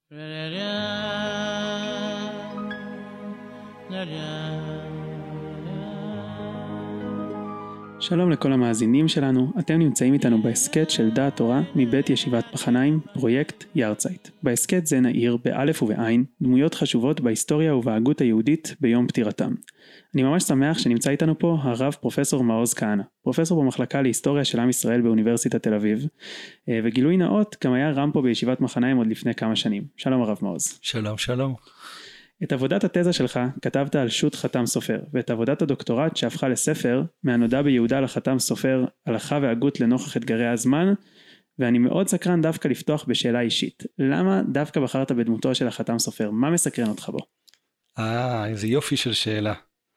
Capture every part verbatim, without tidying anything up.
שלום לכל המאזינים שלנו, אתם נמצאים איתנו בהסקט של דעת תורה מבית ישיבת מחניים, פרויקט יארצייט. בהסקט זה נעיר באלף ובעין דמויות חשובות בהיסטוריה ובהגות היהודית ביום פטירתם. אני ממש שמח שנמצא איתנו פה הרב פרופסור מעוז כהנא, פרופסור במחלקה להיסטוריה של עם ישראל באוניברסיטת תל אביב, וגילוי נאות גם היה רם פה בישיבת מחניים עוד לפני כמה שנים. שלום הרב מעוז. שלום, שלום. את עבודת התזה שלך כתבת על שו"ת חתם סופר, ואת עבודת הדוקטורט שהפכה לספר מהנודע ביהודה לחתם סופר, הלכה והגות לנוכח אתגרי הזמן, ואני מאוד סקרן דווקא לפתוח בשאלה אישית. למה דווקא בחרת בדמותו של החתם סופר? מה מסקרן אותך בו? אה, איזה יופי של שאלה.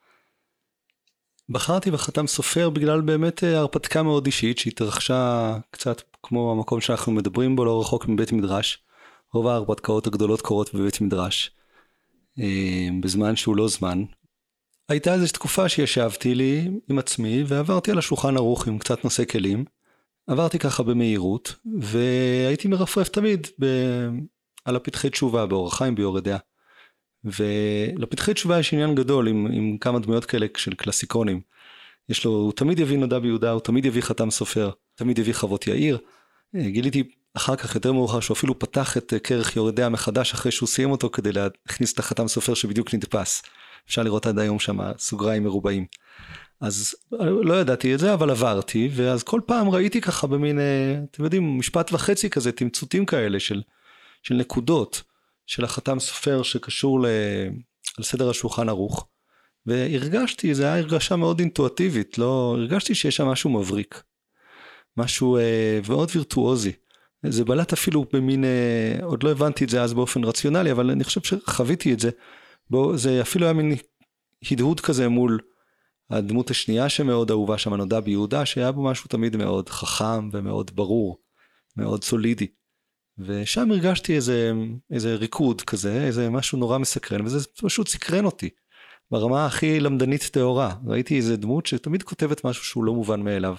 בחרתי בחתם סופר בגלל באמת הרפתקה מאוד אישית, שהתרחשה קצת כמו המקום שאנחנו מדברים בו, לא רחוק מבית מדרש. רוב ההרפתקאות הגדולות קורות בבית מדרש. בזמן שהוא לא זמן. הייתה איזו תקופה שישבתי לי עם עצמי ועברתי על השולחן ערוך עם קצת נושא כלים. עברתי ככה במהירות והייתי מרפרף תמיד ב... על הפתחי תשובה באורח חיים ביורה דעה. ולפתחי תשובה יש עניין גדול עם, עם כמה דמויות כאלה של קלאסיקונים. יש לו, הוא תמיד יביא נודע ביהודה, הוא תמיד יביא חתם סופר, תמיד יביא חוות יאיר. גיליתי אחר כך יותר מאוחר שהוא אפילו פתח את כרך יורה דעה מחדש אחרי שהוא סיים אותו כדי להכניס את החתם סופר שבדיוק נדפס. אפשר לראות עד היום שם סוגריים מרובעים. אז לא ידעתי את זה אבל עברתי, ואז כל פעם ראיתי ככה במין, אתם יודעים, משפט וחצי כזה, תמצותים כאלה של, של נקודות של החתם סופר שקשור ל, על סדר השולחן ערוך. והרגשתי, זה היה הרגשה מאוד אינטואטיבית, לא, הרגשתי שיש שם משהו מבריק. משהו אה, מאוד וירטואוזי. זה בלט אפילו במין, אה, עוד לא הבנתי את זה אז באופן רציונלי, אבל אני חושב שחוויתי את זה. בו, זה אפילו היה מין הדהוד כזה מול הדמות השנייה שמאוד אהובה שם, הנודע ביהודה, שהיה בו משהו תמיד מאוד חכם ומאוד ברור, מאוד סולידי. ושם הרגשתי איזה, איזה ריקוד כזה, איזה משהו נורא מסקרן, וזה פשוט סקרן אותי. ברמה הכי למדנית תאורה. ראיתי איזה דמות שתמיד כותבת משהו שהוא לא מובן מאליו.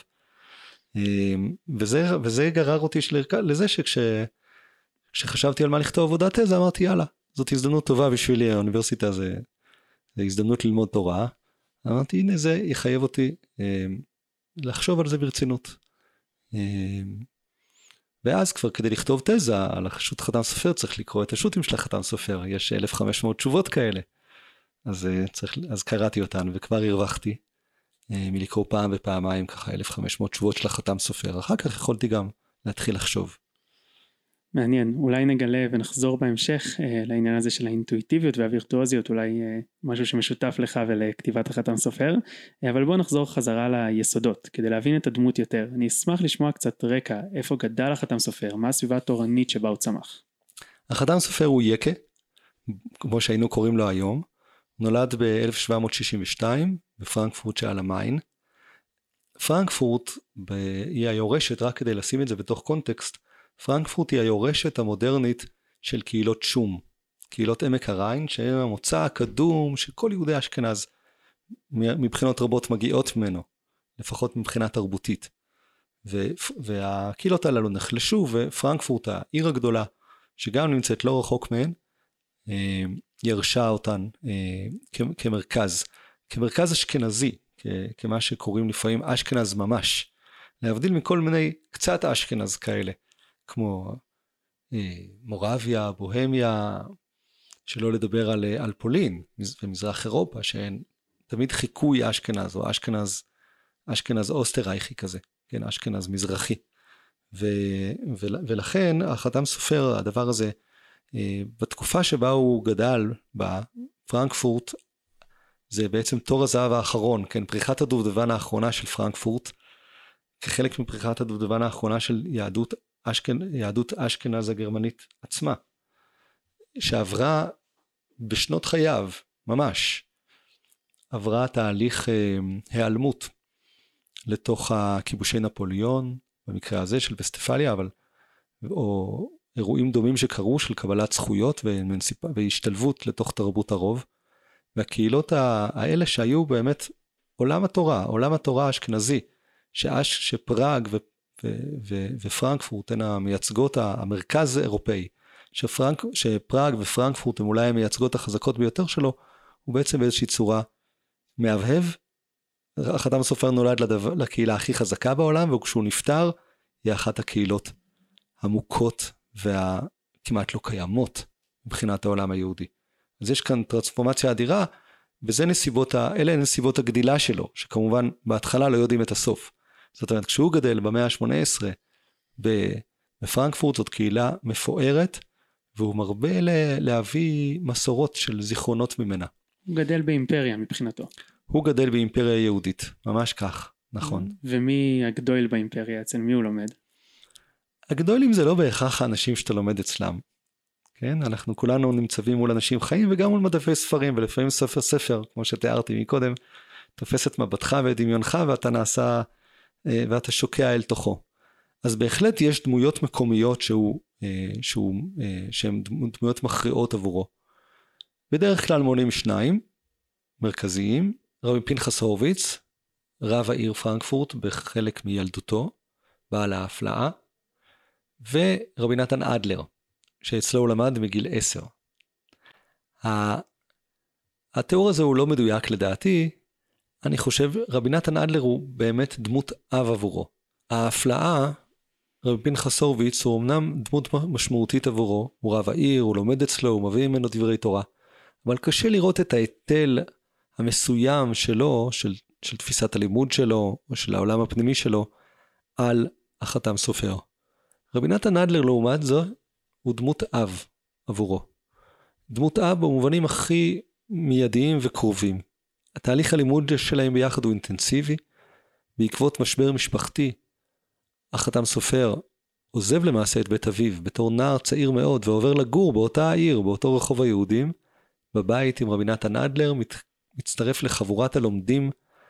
וזה, וזה גרר אותי לזה שכשחשבתי על מה לכתוב עבודת תזה, אמרתי יאללה, זאת הזדמנות טובה בשבילי, האוניברסיטה זה, זה הזדמנות ללמוד תורה. אמרתי הנה זה יחייב אותי לחשוב על זה ברצינות. ואז כבר כדי לכתוב תזה על השו"ת חתם סופר צריך לקרוא את השו"תים של החתם סופר, יש אלף וחמש מאות תשובות כאלה. אז, צריך, אז קראתי אותן וכבר הרווחתי. מלקרוא פעם ופעמיים ככה אלף וחמש מאות תשובות של החתם סופר. אחר כך יכולתי גם להתחיל לחשוב. מעניין, אולי נגלה ונחזור בהמשך אה, לעניין הזה של האינטואיטיביות והווירטואוזיות, אולי אה, משהו שמשותף לך ולכתיבת החתם סופר, אה, אבל בואו נחזור חזרה ליסודות, כדי להבין את הדמות יותר. אני אשמח לשמוע קצת רקע, איפה גדל החתם סופר, מה הסביבה התורנית שבה הוא צמח. החתם סופר הוא יקה, כמו שהיינו קוראים לו היום, נולד ב-אלף שבע מאות שישים ושתיים בפרנקפורט שעל המיין. פרנקפורט היא היורשת, רק כדי לשים את זה בתוך קונטקסט, פרנקפורט היא היורשת המודרנית של קהילות שום, קהילות עמק הריין, שהן המוצא הקדום שכל יהודי אשכנז מבחינות רבות מגיעות ממנו, לפחות מבחינה תרבותית. והקהילות הללו נחלשו, ופרנקפורט, העיר הגדולה, שגם נמצאת לא רחוק מהן, ירשה אותן כמרכז, כמרכז אשכנזי, כמה שקוראים לפעמים אשכנז ממש, להבדיל מכל מיני קצת אשכנז כאלה, כמו מורביה, בוהמיה, שלא לדבר על, על פולין ומזרח אירופה, שהן תמיד חיקוי אשכנז, או אשכנז, אשכנז אוסטרייכי כזה, כן, אשכנז מזרחי. ו, ו, ולכן החתם סופר, הדבר הזה, בתקופה שבה הוא גדל בפרנקפורט, זה בעצם תור הזהב האחרון, כן, פריחת הדובדבן האחרונה של פרנקפורט, כחלק מפריחת הדובדבן האחרונה של יהדות, אשכנ... יהדות אשכנז הגרמנית עצמה, שעברה בשנות חייו, ממש, עברה תהליך אה, העלמות, לתוך הכיבושי נפוליאון, במקרה הזה של וסטפליה, אבל, או אירועים דומים שקרו של קבלת זכויות והשתלבות לתוך תרבות הרוב, והקהילות האלה שהיו באמת עולם התורה, עולם התורה האשכנזי, שאש, שפראג ו, ו, ו, ופרנקפורט הן המייצגות המרכז האירופאי שפרנק, שפראג ופרנקפורט הם אולי המייצגות החזקות ביותר שלו, הוא בעצם באיזושהי צורה מהבהב. החתם סופר נולד לדבר, לקהילה הכי חזקה בעולם, וכשהוא נפטר, היא אחת הקהילות המוכות והכמעט לא קיימות מבחינת העולם היהודי. אז יש כאן טרנספורמציה אדירה, וזה נסיבות, אלה הן נסיבות הגדילה שלו, שכמובן בהתחלה לא יודעים את הסוף. זאת אומרת, כשהוא גדל במאה ה-שמונה עשרה בפרנקפורט, זאת קהילה מפוארת, והוא מרבה להביא מסורות של זיכרונות ממנה. הוא גדל באימפריה מבחינתו. הוא גדל באימפריה יהודית, ממש כך, נכון. ומי הגדול באימפריה? אצל מי הוא לומד? הגדולים זה לא בהכרח האנשים שאתה לומד אצלם. כן? אנחנו כולנו נמצבים מול אנשים חיים, וגם מול מדפי ספרים, ולפעמים ספר ספר, כמו שתיארתי מקודם, תופס את מבטך ואת דמיונך, ואתה נעשה, ואתה שוקע אל תוכו. אז בהחלט יש דמויות מקומיות שהוא, שהוא, שהן דמויות מכריעות עבורו. בדרך כלל מונים שניים, מרכזיים, רבי פנחס הורוביץ, רב העיר פרנקפורט בחלק מילדותו, בעל ההפלאה, ורבי נתן אדלר, שאצלו הוא למד מגיל עשר. התיאור הזה הוא לא מדויק לדעתי, אני חושב רבי נתן אדלר הוא באמת דמות אב עבורו. ההפלאה, רבי פנחס הורוביץ הוא אמנם דמות משמעותית עבורו, הוא רב העיר, הוא לומד אצלו, הוא מביא ממנו דברי תורה, אבל קשה לראות את ההיטל המסוים שלו, של, של תפיסת הלימוד שלו, או של העולם הפנימי שלו, על החתם סופר. רבי נתן אדלר לעומת זו, הוא דמות אב עבורו. דמות אב במובנים הכי מיידיים וקרובים. התהליך הלימוד שלהם ביחד הוא אינטנסיבי, בעקבות משבר משפחתי, החתם סופר עוזב למעשה את בית אביו, בתור נער צעיר מאוד, ועובר לגור באותה העיר, באותו רחוב היהודים, בבית עם רבי נתן אדלר, מת, מצטרף לחבורת הלומדים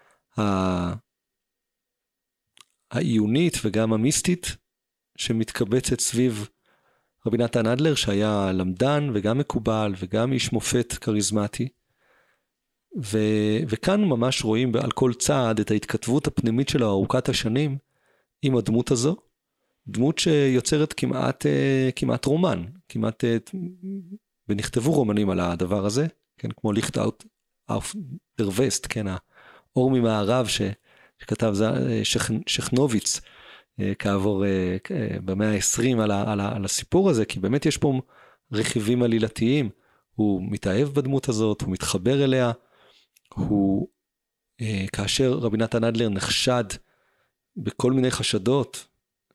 העיונית וגם המיסטית, שמתקבצת סביב רבי נתן אדלר, שהיה למדן וגם מקובל וגם איש מופת קריזמטי, ו, וכאן ממש רואים על כל צעד את ההתכתבות הפנימית שלו ארוכת השנים עם הדמות הזו, דמות שיוצרת כמעט, כמעט רומן, כמעט, ונכתבו רומנים על הדבר הזה, כן, כמו ליכט אאוט אוף דר וסט, כן, האור ממערב ש, שכתב שכ, שכנוביץ, כעבור במאה ה-עשרים על, על, על הסיפור הזה, כי באמת יש פה רכיבים עלילתיים, הוא מתאהב בדמות הזאת, הוא מתחבר אליה, הוא, כאשר רבי נתן אדלר נחשד בכל מיני חשדות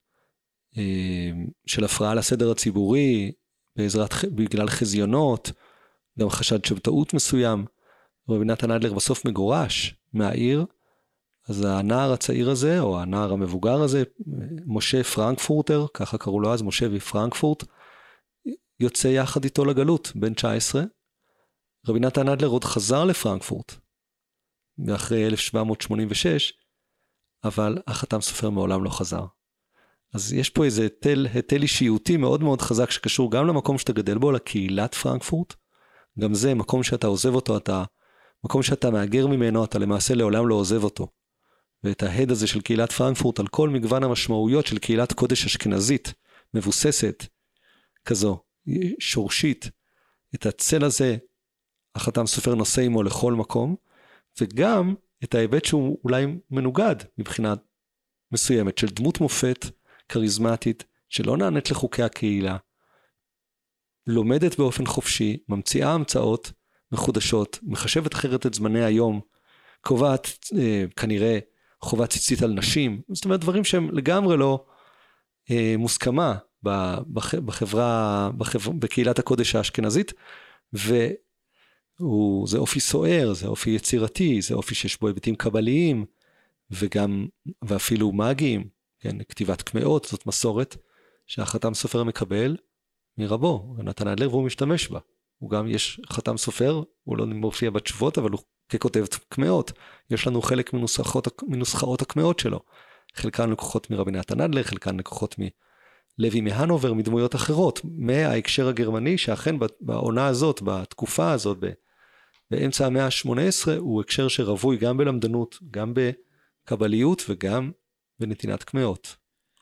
של הפרעה לסדר הציבורי, בעזרת, בגלל חזיונות, גם חשד שבטעות מסוים, רבי נתן אדלר בסוף מגורש מהעיר, אז הנער הצעיר הזה, או הנער המבוגר הזה, משה פרנקפורטר, ככה קראו לו אז, משה ופרנקפורט, יוצא יחד איתו לגלות, בן תשע עשרה. רבי נתן אדלר עוד חזר לפרנקפורט, ואחרי אלף שבע מאות שמונים ושש, אבל החתם סופר מעולם לא חזר. אז יש פה איזה היטל, היטל אישיותי מאוד מאוד חזק, שקשור גם למקום שאתה גדל בו, לקהילת פרנקפורט, גם זה מקום שאתה עוזב אותו, אתה, מקום שאתה מאגר ממנו, אתה למעשה לעולם לא עוזב אותו. ואת ההד הזה של קהילת פרנקפורט, על כל מגוון המשמעויות של קהילת קודש אשכנזית, מבוססת, כזו, שורשית, את הצל הזה, החתם סופר נושא עמו לכל מקום, וגם את ההיבט שהוא אולי מנוגד, מבחינה מסוימת, של דמות מופת, קריזמטית, שלא נענית לחוקי הקהילה, לומדת באופן חופשי, ממציאה המצאות מחודשות, מחשבת אחרת את זמני היום, קובעת אה, כנראה חובת ציצית על נשים, זאת אומרת דברים שהם לגמרי לא אה, מוסכמה בח, בחברה, בחבר, בקהילת הקודש האשכנזית, וזה אופי סוער, זה אופי יצירתי, זה אופי שיש בו היבטים קבליים, וגם, ואפילו מאגיים, כן, כתיבת קמאות, זאת מסורת שהחתם סופר מקבל מרבו, נתן אדלר, והוא משתמש בה. הוא גם יש חתם סופר, הוא לא מופיע בתשובות, אבל הוא ככותב קמאות. יש לנו חלק מנוסחות, מנוסחאות הקמאות שלו. חלקן לקוחות מרבי נתן אדלר, חלקן לקוחות מלוי מהנובר, מדמויות אחרות, מההקשר הגרמני, שאכן בעונה הזאת, בתקופה הזאת, באמצע המאה ה-שמונה עשרה, הוא הקשר שרווי גם בלמדנות, גם בקבליות וגם בנתינת קמאות.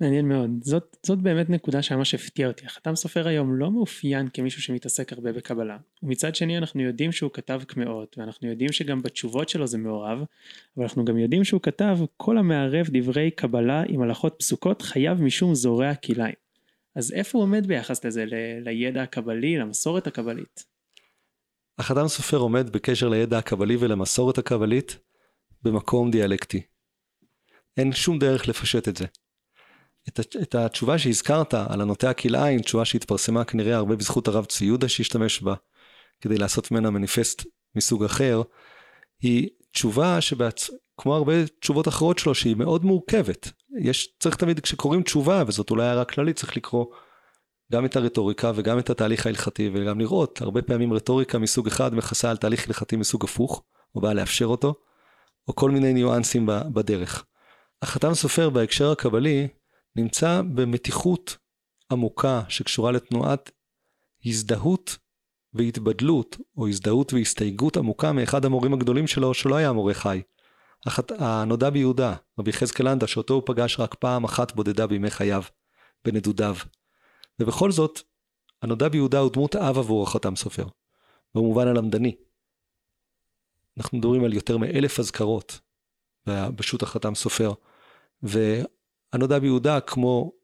מעניין מאוד. זאת, זאת באמת נקודה שממש הפתיעה אותי. החתם סופר היום לא מאופיין כמישהו שמתעסק הרבה בקבלה. ומצד שני אנחנו יודעים שהוא כתב קמאות, ואנחנו יודעים שגם בתשובות שלו זה מעורב, אבל אנחנו גם יודעים שהוא כתב כל המערב דברי קבלה עם הלכות פסוקות חייב משום זורע כליים. אז איפה הוא עומד ביחס לזה, ל- לידע הקבלי, למסורת הקבלית? החתם סופר עומד בקשר לידע הקבלי ולמסורת הקבלית במקום דיאלקטי. אין שום דרך לפשט את זה. את, את התשובה שהזכרת על הנוטע כלאיים, תשובה שהתפרסמה כנראה הרבה בזכות הרב צבי יהודה שהשתמש בה, כדי לעשות ממנה מניפסט מסוג אחר, היא תשובה שבעצ... כמו הרבה תשובות אחרות שלו, שהיא מאוד מורכבת. יש, צריך תמיד כשקוראים תשובה, וזאת אולי הערה כללית, צריך לקרוא גם את הרטוריקה וגם את התהליך ההלכתי, וגם לראות, הרבה פעמים רטוריקה מסוג אחד מכסה על תהליך הלכתי מסוג הפוך, או באה לאפשר אותו, או כל מיני ניואנסים בדרך. החתם סופר בהקשר הקבלי, נמצא במתיחות עמוקה שקשורה לתנועת הזדהות והתבדלות, או הזדהות והסתייגות עמוקה מאחד המורים הגדולים שלו, שלא היה מורה חי. הנודע ביהודה, רבי חזקאל לנדא, שאותו הוא פגש רק פעם אחת בודדה בימי חייו, בנדודיו. ובכל זאת, הנודע ביהודה הוא דמות אב עבור החתם סופר, במובן הלמדני. אנחנו מדברים על יותר מאלף אזכרות בשו"ת החתם סופר, והנודע ביהודה כמו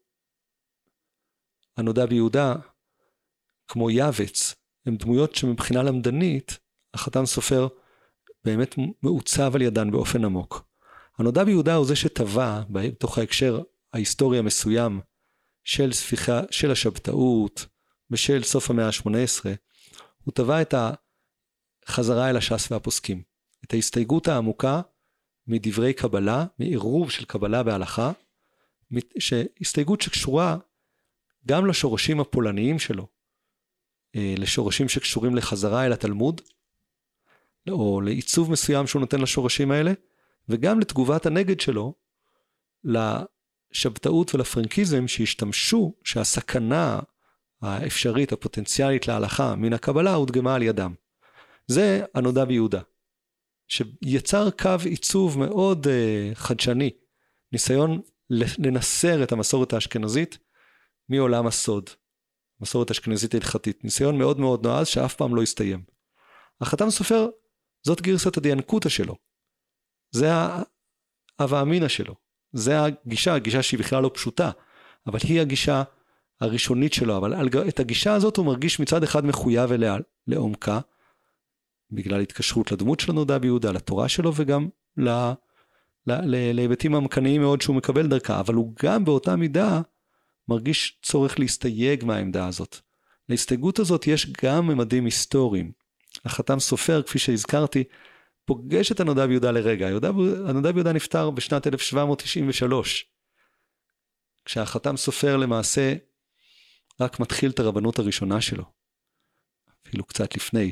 הנודע ביהודה כמו יעבץ, הם דמויות שמבחינה למדנית, החתם סופר באמת מעוצב על ידן באופן עמוק. הנודע ביהודה הוא זה שטבע בתוך ההקשר ההיסטורי המסוים של ספיחה, של השבתאות, בשל סוף המאה ה-שמונה עשרה, הוא טבע את החזרה אל הש"ס והפוסקים, את ההסתייגות העמוקה מדברי קבלה, מעירוב של קבלה בהלכה, הסתייגות שקשורה גם לשורשים הפולניים שלו, לשורשים שקשורים לחזרה אל התלמוד, או לעיצוב מסוים שהוא נותן לשורשים האלה, וגם לתגובת הנגד שלו, לשבתאות ולפרנקיזם שהשתמשו, שהסכנה האפשרית, הפוטנציאלית להלכה מן הקבלה, הודגמה על ידם. זה הנודע ביהודה, שיצר קו עיצוב מאוד uh, חדשני, ניסיון לנסר את המסורת האשכנזית מעולם הסוד, מסורת אשכנזית הלכתית, ניסיון מאוד מאוד נועז שאף פעם לא הסתיים. החתם סופר, זאת גרסת הדיינקותא שלו, זה האווה אמינא שלו, זה הגישה, הגישה שהיא בכלל לא פשוטה, אבל היא הגישה הראשונית שלו, אבל את הגישה הזאת הוא מרגיש מצד אחד מחויב אליה לעומקה, בגלל התקשרות לדמות של הנודע ביהודה, לתורה שלו, וגם ל, ל, ל, להיבטים המקניים מאוד שהוא מקבל דרכה, אבל הוא גם באותה מידה מרגיש צורך להסתייג מהעמדה הזאת. להסתייגות הזאת יש גם ממדים היסטוריים. החתם סופר, כפי שהזכרתי, פוגש את הנודע ביהודה לרגע. הנודע ביהודה נפטר בשנת אלף שבע מאות תשעים ושלוש, כשהחתם סופר למעשה רק מתחיל את הרבנות הראשונה שלו, אפילו קצת לפני.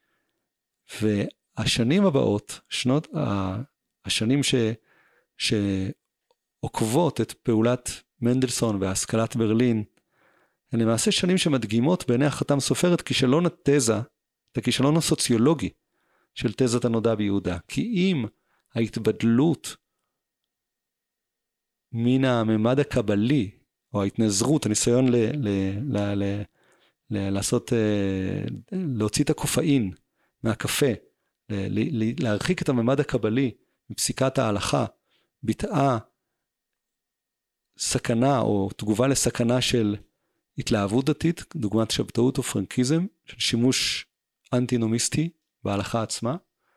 והשנים הבאות, שנות, השנים ש, שעוקבות את פעולת מנדלסון והשכלת ברלין, הן למעשה שנים שמדגימות בעיני החתם סופר את כישלון התזה, את הכישלון הסוציולוגי של תזת הנודע ביהודה. כי אם ההתבדלות מן הממד הקבלי, או ההתנזרות, הניסיון ל, ל, ל, ל, ל, לעשות, להוציא את הקופאין מהקפה, ל, ל, להרחיק את הממד הקבלי מפסיקת ההלכה, ביטאה סכנה או תגובה לסכנה של התלהבות דתית, דוגמת שבתאות או פרנקיזם, של שימוש אנטינומיסטי בהלכה עצמה.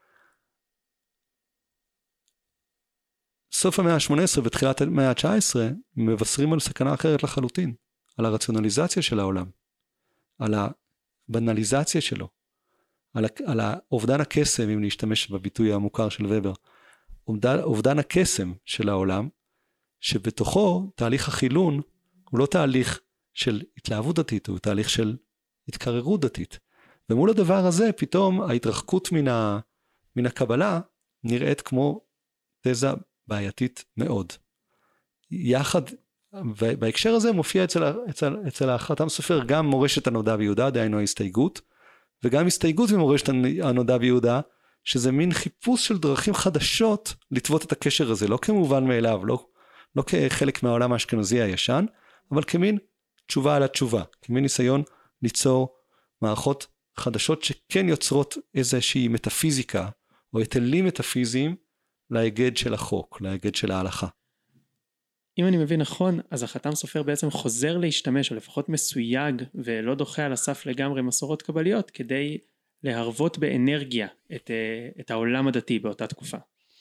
סוף המאה ה-שמונה עשרה ותחילת המאה ה-תשע עשרה מבשרים על סכנה אחרת לחלוטין, על הרציונליזציה של העולם, על הבנליזציה שלו, על, על אובדן הקסם, אם להשתמש בביטוי המוכר של ובר, אובדן, אובדן הקסם של העולם, שבתוכו תהליך החילון הוא לא תהליך של התלהבות דתית, הוא תהליך של התקררות דתית. ומול הדבר הזה פתאום ההתרחקות מן, ה, מן הקבלה נראית כמו תזה בעייתית מאוד. יחד, ובהקשר הזה מופיע אצל, אצל, אצל החתם סופר גם מורשת הנודע ביהודה, דהיינו ההסתייגות, וגם הסתייגות ומורשת הנודע ביהודה, שזה מין חיפוש של דרכים חדשות לטוות את הקשר הזה, לא כמובן מאליו, לא, לא כחלק מהעולם האשכנזי הישן, אבל כמין תשובה על התשובה, כמין ניסיון ליצור מערכות חדשות שכן יוצרות איזושהי מטאפיזיקה, או היטלים מטאפיזיים להיגד של החוק, להיגד של ההלכה. אם אני מבין נכון, אז החתם סופר בעצם חוזר להשתמש, או לפחות מסויג, ולא דוחה על הסף לגמרי מסורות קבליות, כדי להרוות באנרגיה את, את העולם הדתי באותה תקופה.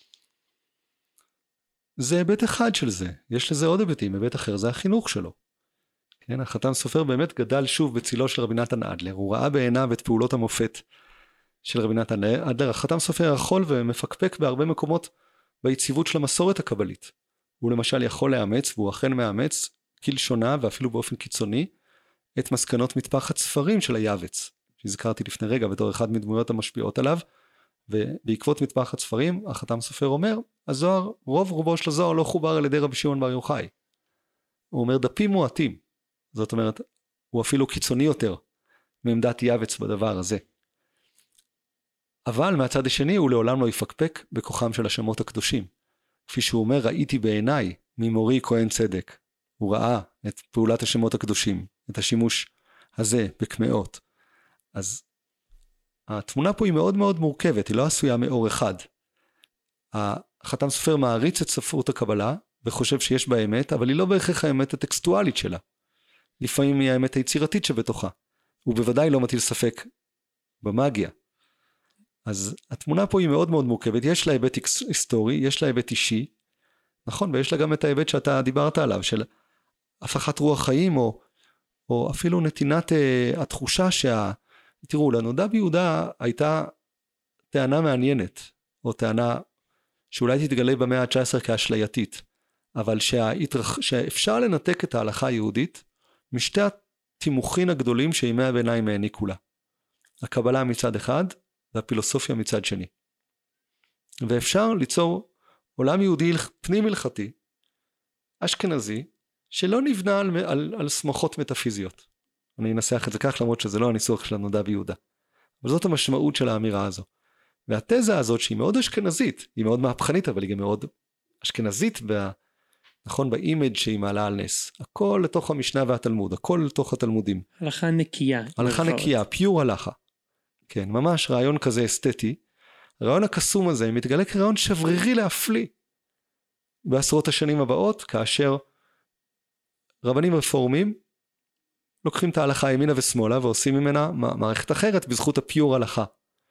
זה היבט אחד של זה, יש לזה עוד היבטים, היבט אחר זה החינוך שלו. כן, החתם סופר באמת גדל שוב בצילו של רבי נתן אדלר, הוא ראה בעיניו את פעולות המופת של רבי נתן אדלר, החתם סופר יכול ומפקפק בהרבה מקומות ביציבות של המסורת הקבלית. הוא למשל יכול לאמץ, והוא אכן מאמץ, כלשונה ואפילו באופן קיצוני, את מסקנות מטפחת ספרים של היעבץ, שהזכרתי לפני רגע בתור אחד מדמויות המשפיעות עליו, ובעקבות מטפחת ספרים, החתם סופר אומר, הזוהר, רוב רובו של הזוהר לא חובר על ידי רבי שמעון בר יוחאי. הוא אומר דפים מועטים, זאת אומרת, הוא אפילו קיצוני יותר, מעמדת יעבץ בדבר הזה. אבל מהצד השני הוא לעולם לא יפקפק בכוחם של השמות הקדושים. כפי שהוא אומר, ראיתי בעיניי ממורי כהן צדק. הוא ראה את פעולת השמות הקדושים, את השימוש הזה בקמאות. אז התמונה פה היא מאוד מאוד מורכבת, היא לא עשויה מאור אחד. החתם סופר מעריץ את ספרות הקבלה, וחושב שיש בה אמת, אבל היא לא בהכרח האמת הטקסטואלית שלה. לפעמים היא האמת היצירתית שבתוכה. הוא בוודאי לא מטיל ספק במאגיה. אז התמונה פה היא מאוד מאוד מורכבת, יש לה היבט היסטורי, יש לה היבט אישי, נכון, ויש לה גם את ההיבט שאתה דיברת עליו, של הפכת רוח חיים, או, או אפילו נתינת אה, התחושה שה... תראו, לנודע ביהודה הייתה טענה מעניינת, או טענה שאולי תתגלה במאה ה-תשע עשרה כאשלייתית, אבל שההתרח... שאפשר לנתק את ההלכה היהודית, משתי התימוכין הגדולים שימי הביניים העניקו לה. הקבלה מצד אחד, והפילוסופיה מצד שני. ואפשר ליצור עולם יהודי פנים הלכתי, אשכנזי, שלא נבנה על, על, על סמכות מטאפיזיות. אני אנסח את זה כך, למרות שזה לא הניסוח של הנודע ביהודה. אבל זאת המשמעות של האמירה הזו. והתזה הזאת שהיא מאוד אשכנזית, היא מאוד מהפכנית, אבל היא גם מאוד אשכנזית, בה, נכון, באימג' שהיא מעלה על נס. הכל לתוך המשנה והתלמוד, הכל לתוך התלמודים. הלכה נקייה. הלכה נקייה, פיור הלכה. כן, ממש רעיון כזה אסתטי. הרעיון הקסום הזה מתגלה כרעיון שברירי להפליא. בעשרות השנים הבאות, כאשר רבנים רפורמים לוקחים את ההלכה ימינה ושמאלה ועושים ממנה מערכת אחרת בזכות הפיור הלכה.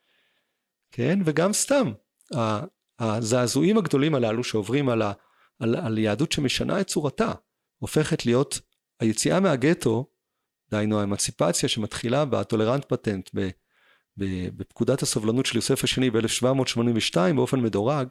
כן, וגם סתם, הזעזועים הגדולים הללו שעוברים על, ה, על, על יהדות שמשנה את צורתה, הופכת להיות היציאה מהגטו, דהיינו האמנציפציה שמתחילה בטולרנט פטנט, ב, ב, בפקודת הסובלנות של יוסף השני ב-אלף שבע מאות שמונים ושתיים באופן מדורג.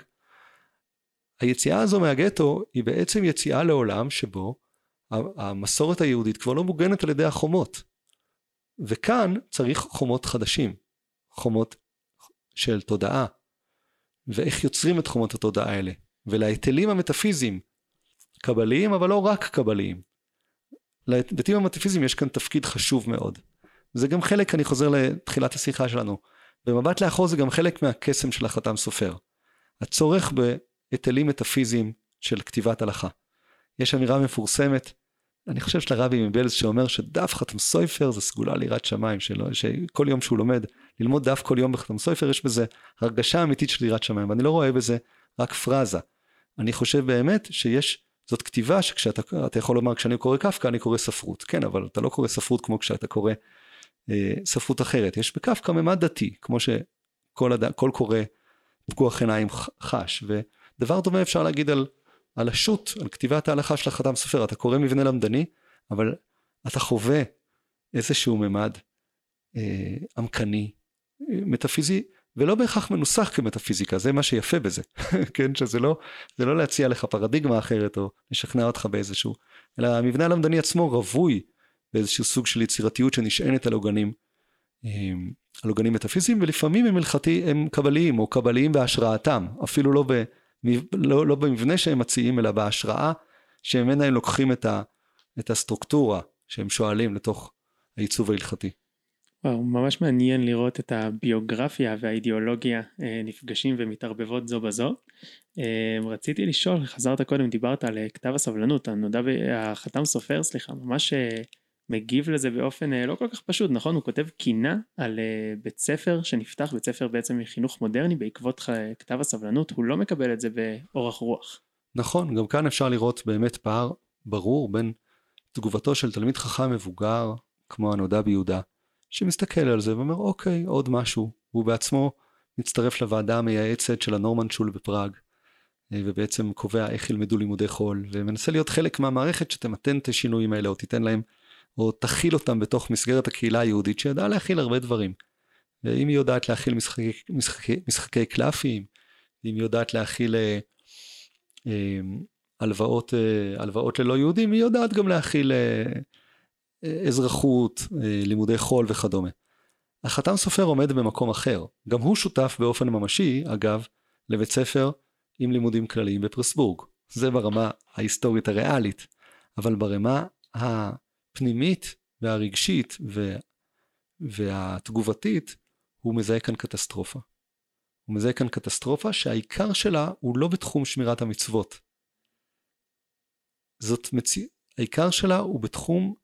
היציאה הזו מהגטו היא בעצם יציאה לעולם שבו המסורת היהודית כבר לא מוגנת על ידי החומות. וכאן צריך חומות חדשים, חומות של תודעה, ואיך יוצרים את חומות התודעה האלה, ולהיטלים המטאפיזיים, קבליים אבל לא רק קבליים. להיטלים המטאפיזיים יש כאן תפקיד חשוב מאוד. זה גם חלק, אני חוזר לתחילת השיחה שלנו, במבט לאחור זה גם חלק מהקסם של החתם סופר. הצורך בהיטלים מטאפיזיים של כתיבת הלכה. יש אמירה מפורסמת, אני חושב של הרבי מבלז שאומר שדף חתם סופר זה סגולה ליראת שמיים, שלא, שכל יום שהוא לומד, ללמוד דף כל יום בחתם סופר, יש בזה הרגשה אמיתית של ליראת שמיים, ואני לא רואה בזה רק פרזה. אני חושב באמת שיש, זאת כתיבה שכשאתה אתה יכול לומר, כשאני קורא קפקא אני קורא ספרות, כן, אבל אתה לא קורא ספרות כמו כשאתה קורא אה, ספרות אחרת, יש בקפקא ממד דתי, כמו שכל הד... כל קורא פקוח עיניים חש, ודבר דומה אפשר להגיד על על השו"ת, על כתיבת ההלכה של החתם סופר, אתה קורא מבנה למדני, אבל אתה חווה איזשהו ממד אה, עמקני, מטאפיזי, ולא בהכרח מנוסח כמטאפיזיקה, זה מה שיפה בזה, כן, שזה לא, זה לא להציע לך פרדיגמה אחרת, או לשכנע אותך באיזשהו, אלא המבנה הלמדני עצמו רווי, באיזשהו סוג של יצירתיות שנשענת על עוגנים, אה, על עוגנים מטאפיזיים, ולפעמים הם הלכתי, הם קבליים, או קבליים בהשראתם, אפילו לא ב... לא, לא במבנה שהם מציעים, אלא בהשראה שממנה הם לוקחים את, ה, את הסטרוקטורה שהם שואלים לתוך העיצוב ההלכתי. וואו, ממש מעניין לראות את הביוגרפיה והאידיאולוגיה נפגשים ומתערבבות זו בזו. רציתי לשאול, חזרת קודם, דיברת על כתב הסבלנות, הנודע, החתם סופר, סליחה, ממש מגיב לזה באופן לא כל כך פשוט, נכון? הוא כותב קינה על בית ספר שנפתח, בית ספר בעצם מחינוך מודרני, בעקבות כתב הסבלנות, הוא לא מקבל את זה באורך רוח. נכון, גם כאן אפשר לראות באמת פער ברור בין תגובתו של תלמיד חכם מבוגר, כמו הנודע ביהודה, שמסתכל על זה ואומר, אוקיי, עוד משהו. הוא בעצמו מצטרף לוועדה המייעצת של הנורמן שול בפראג, ובעצם קובע איך ילמדו לימודי חול, ומנסה להיות חלק מהמערכת שתמתן את השינויים האלה, או תיתן להם, או תכיל אותם בתוך מסגרת הקהילה היהודית, שידעה להכיל הרבה דברים. ואם היא יודעת להכיל משחקי, משחקי, משחקי קלפים, אם היא יודעת להכיל אה, אה, הלוואות, אה, הלוואות ללא יהודים, היא יודעת גם להכיל אה, אזרחות, לימודי חול וכדומה. החתם סופר עומד במקום אחר. גם הוא שותף באופן ממשי, אגב, לבית ספר עם לימודים כלליים בפרסבורג. זה ברמה ההיסטורית הריאלית. אבל ברמה הפנימית והרגשית והתגובתית, הוא מזהה כאן קטסטרופה. הוא מזהה כאן קטסטרופה שהעיקר שלה הוא לא בתחום שמירת המצוות. זאת מציא... העיקר שלה הוא בתחום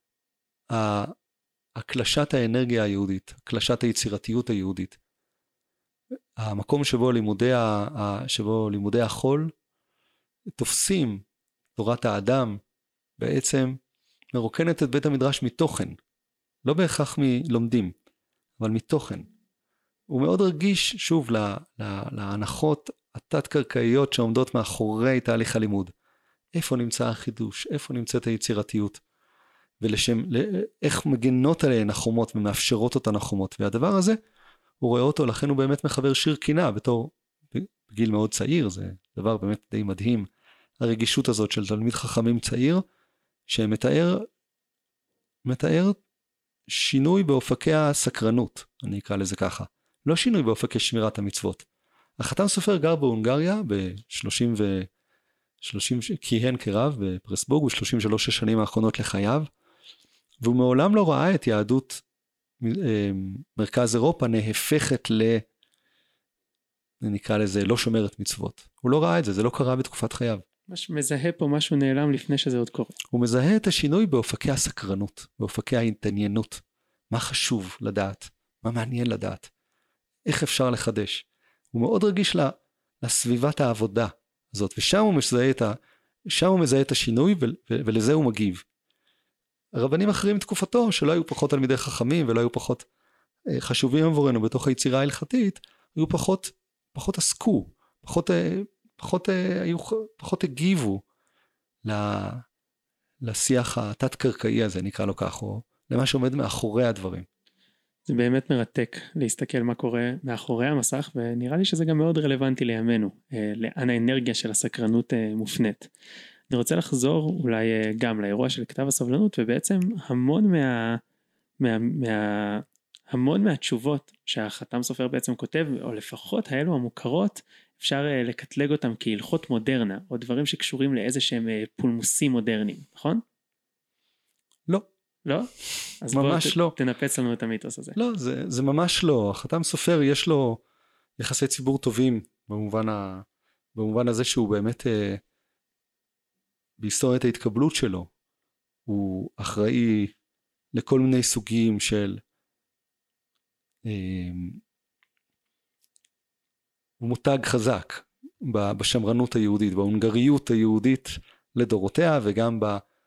הקלשת האנרגיה היהודית, הקלשת היצירתיות היהודית. המקום שבו לימודי, ה... שבו לימודי החול תופסים תורת האדם, בעצם מרוקנת את בית המדרש מתוכן, לא בהכרח מלומדים, אבל מתוכן. הוא מאוד רגיש שוב לה... לה... להנחות התת-קרקעיות שעומדות מאחורי תהליך הלימוד. איפה נמצא החידוש, איפה נמצאת היצירתיות. ולשם, איך מגנות עליהן החומות ומאפשרות אותן החומות, והדבר הזה, הוא רואה אותו, לכן הוא באמת מחבר שיר קינה, בתור בגיל מאוד צעיר, זה דבר באמת די מדהים, הרגישות הזאת של תלמיד חכמים צעיר, שמתאר, מתאר שינוי באופקי הסקרנות, אני אקרא לזה ככה, לא שינוי באופקי שמירת המצוות. החתם סופר גר בהונגריה, ב-שלושים ו... שלושים, כיהן כרב בפרסבורג, ב-שלושים ושלוש השנים האחרונות לחייו, והוא מעולם לא ראה את יהדות מרכז אירופה נהפכת ל... נקרא לזה, לא שומרת מצוות. הוא לא ראה את זה, זה לא קרה בתקופת חייו. מש מזהה פה משהו נעלם לפני שזה עוד קורה. הוא מזהה את השינוי באופקי הסקרנות, באופקי ההתעניינות. מה חשוב לדעת? מה מעניין לדעת? איך אפשר לחדש? הוא מאוד רגיש לסביבת העבודה הזאת, ושם הוא מזהה את, ה... שם הוא מזהה את השינוי, ו... ו... ולזה הוא מגיב. רבנים אחרים בתקופתו, שלא היו פחות תלמידי חכמים, ולא היו פחות חשובים עבורנו בתוך היצירה ההלכתית, היו פחות, פחות עסקו, פחות, פחות, היו, פחות הגיבו לשיח התת-קרקעי הזה, נקרא לו כך, או למה שעומד מאחורי הדברים. זה באמת מרתק להסתכל מה קורה מאחורי המסך, ונראה לי שזה גם מאוד רלוונטי לימינו, לאן האנרגיה של הסקרנות מופנית. אני רוצה לחזור אולי גם לאירוע של כתב הסבלנות, ובעצם המון מה, מה, מה, המון מהתשובות שהחתם סופר בעצם כותב, או לפחות האלו המוכרות, אפשר לקטלג אותם כהלכות מודרנה, או דברים שקשורים לאיזה שהם פולמוסים מודרניים, נכון? לא. לא? אז ממש בוא לא. תנפץ לנו את המיתוס הזה. לא, זה, זה ממש לא. החתם סופר יש לו יחסי ציבור טובים, במובן, ה, במובן הזה שהוא באמת... בהיסטוריית ההתקבלות שלו, הוא אחראי לכל מיני סוגים של, הוא מותג חזק בשמרנות היהודית, בהונגריות היהודית לדורותיה, וגם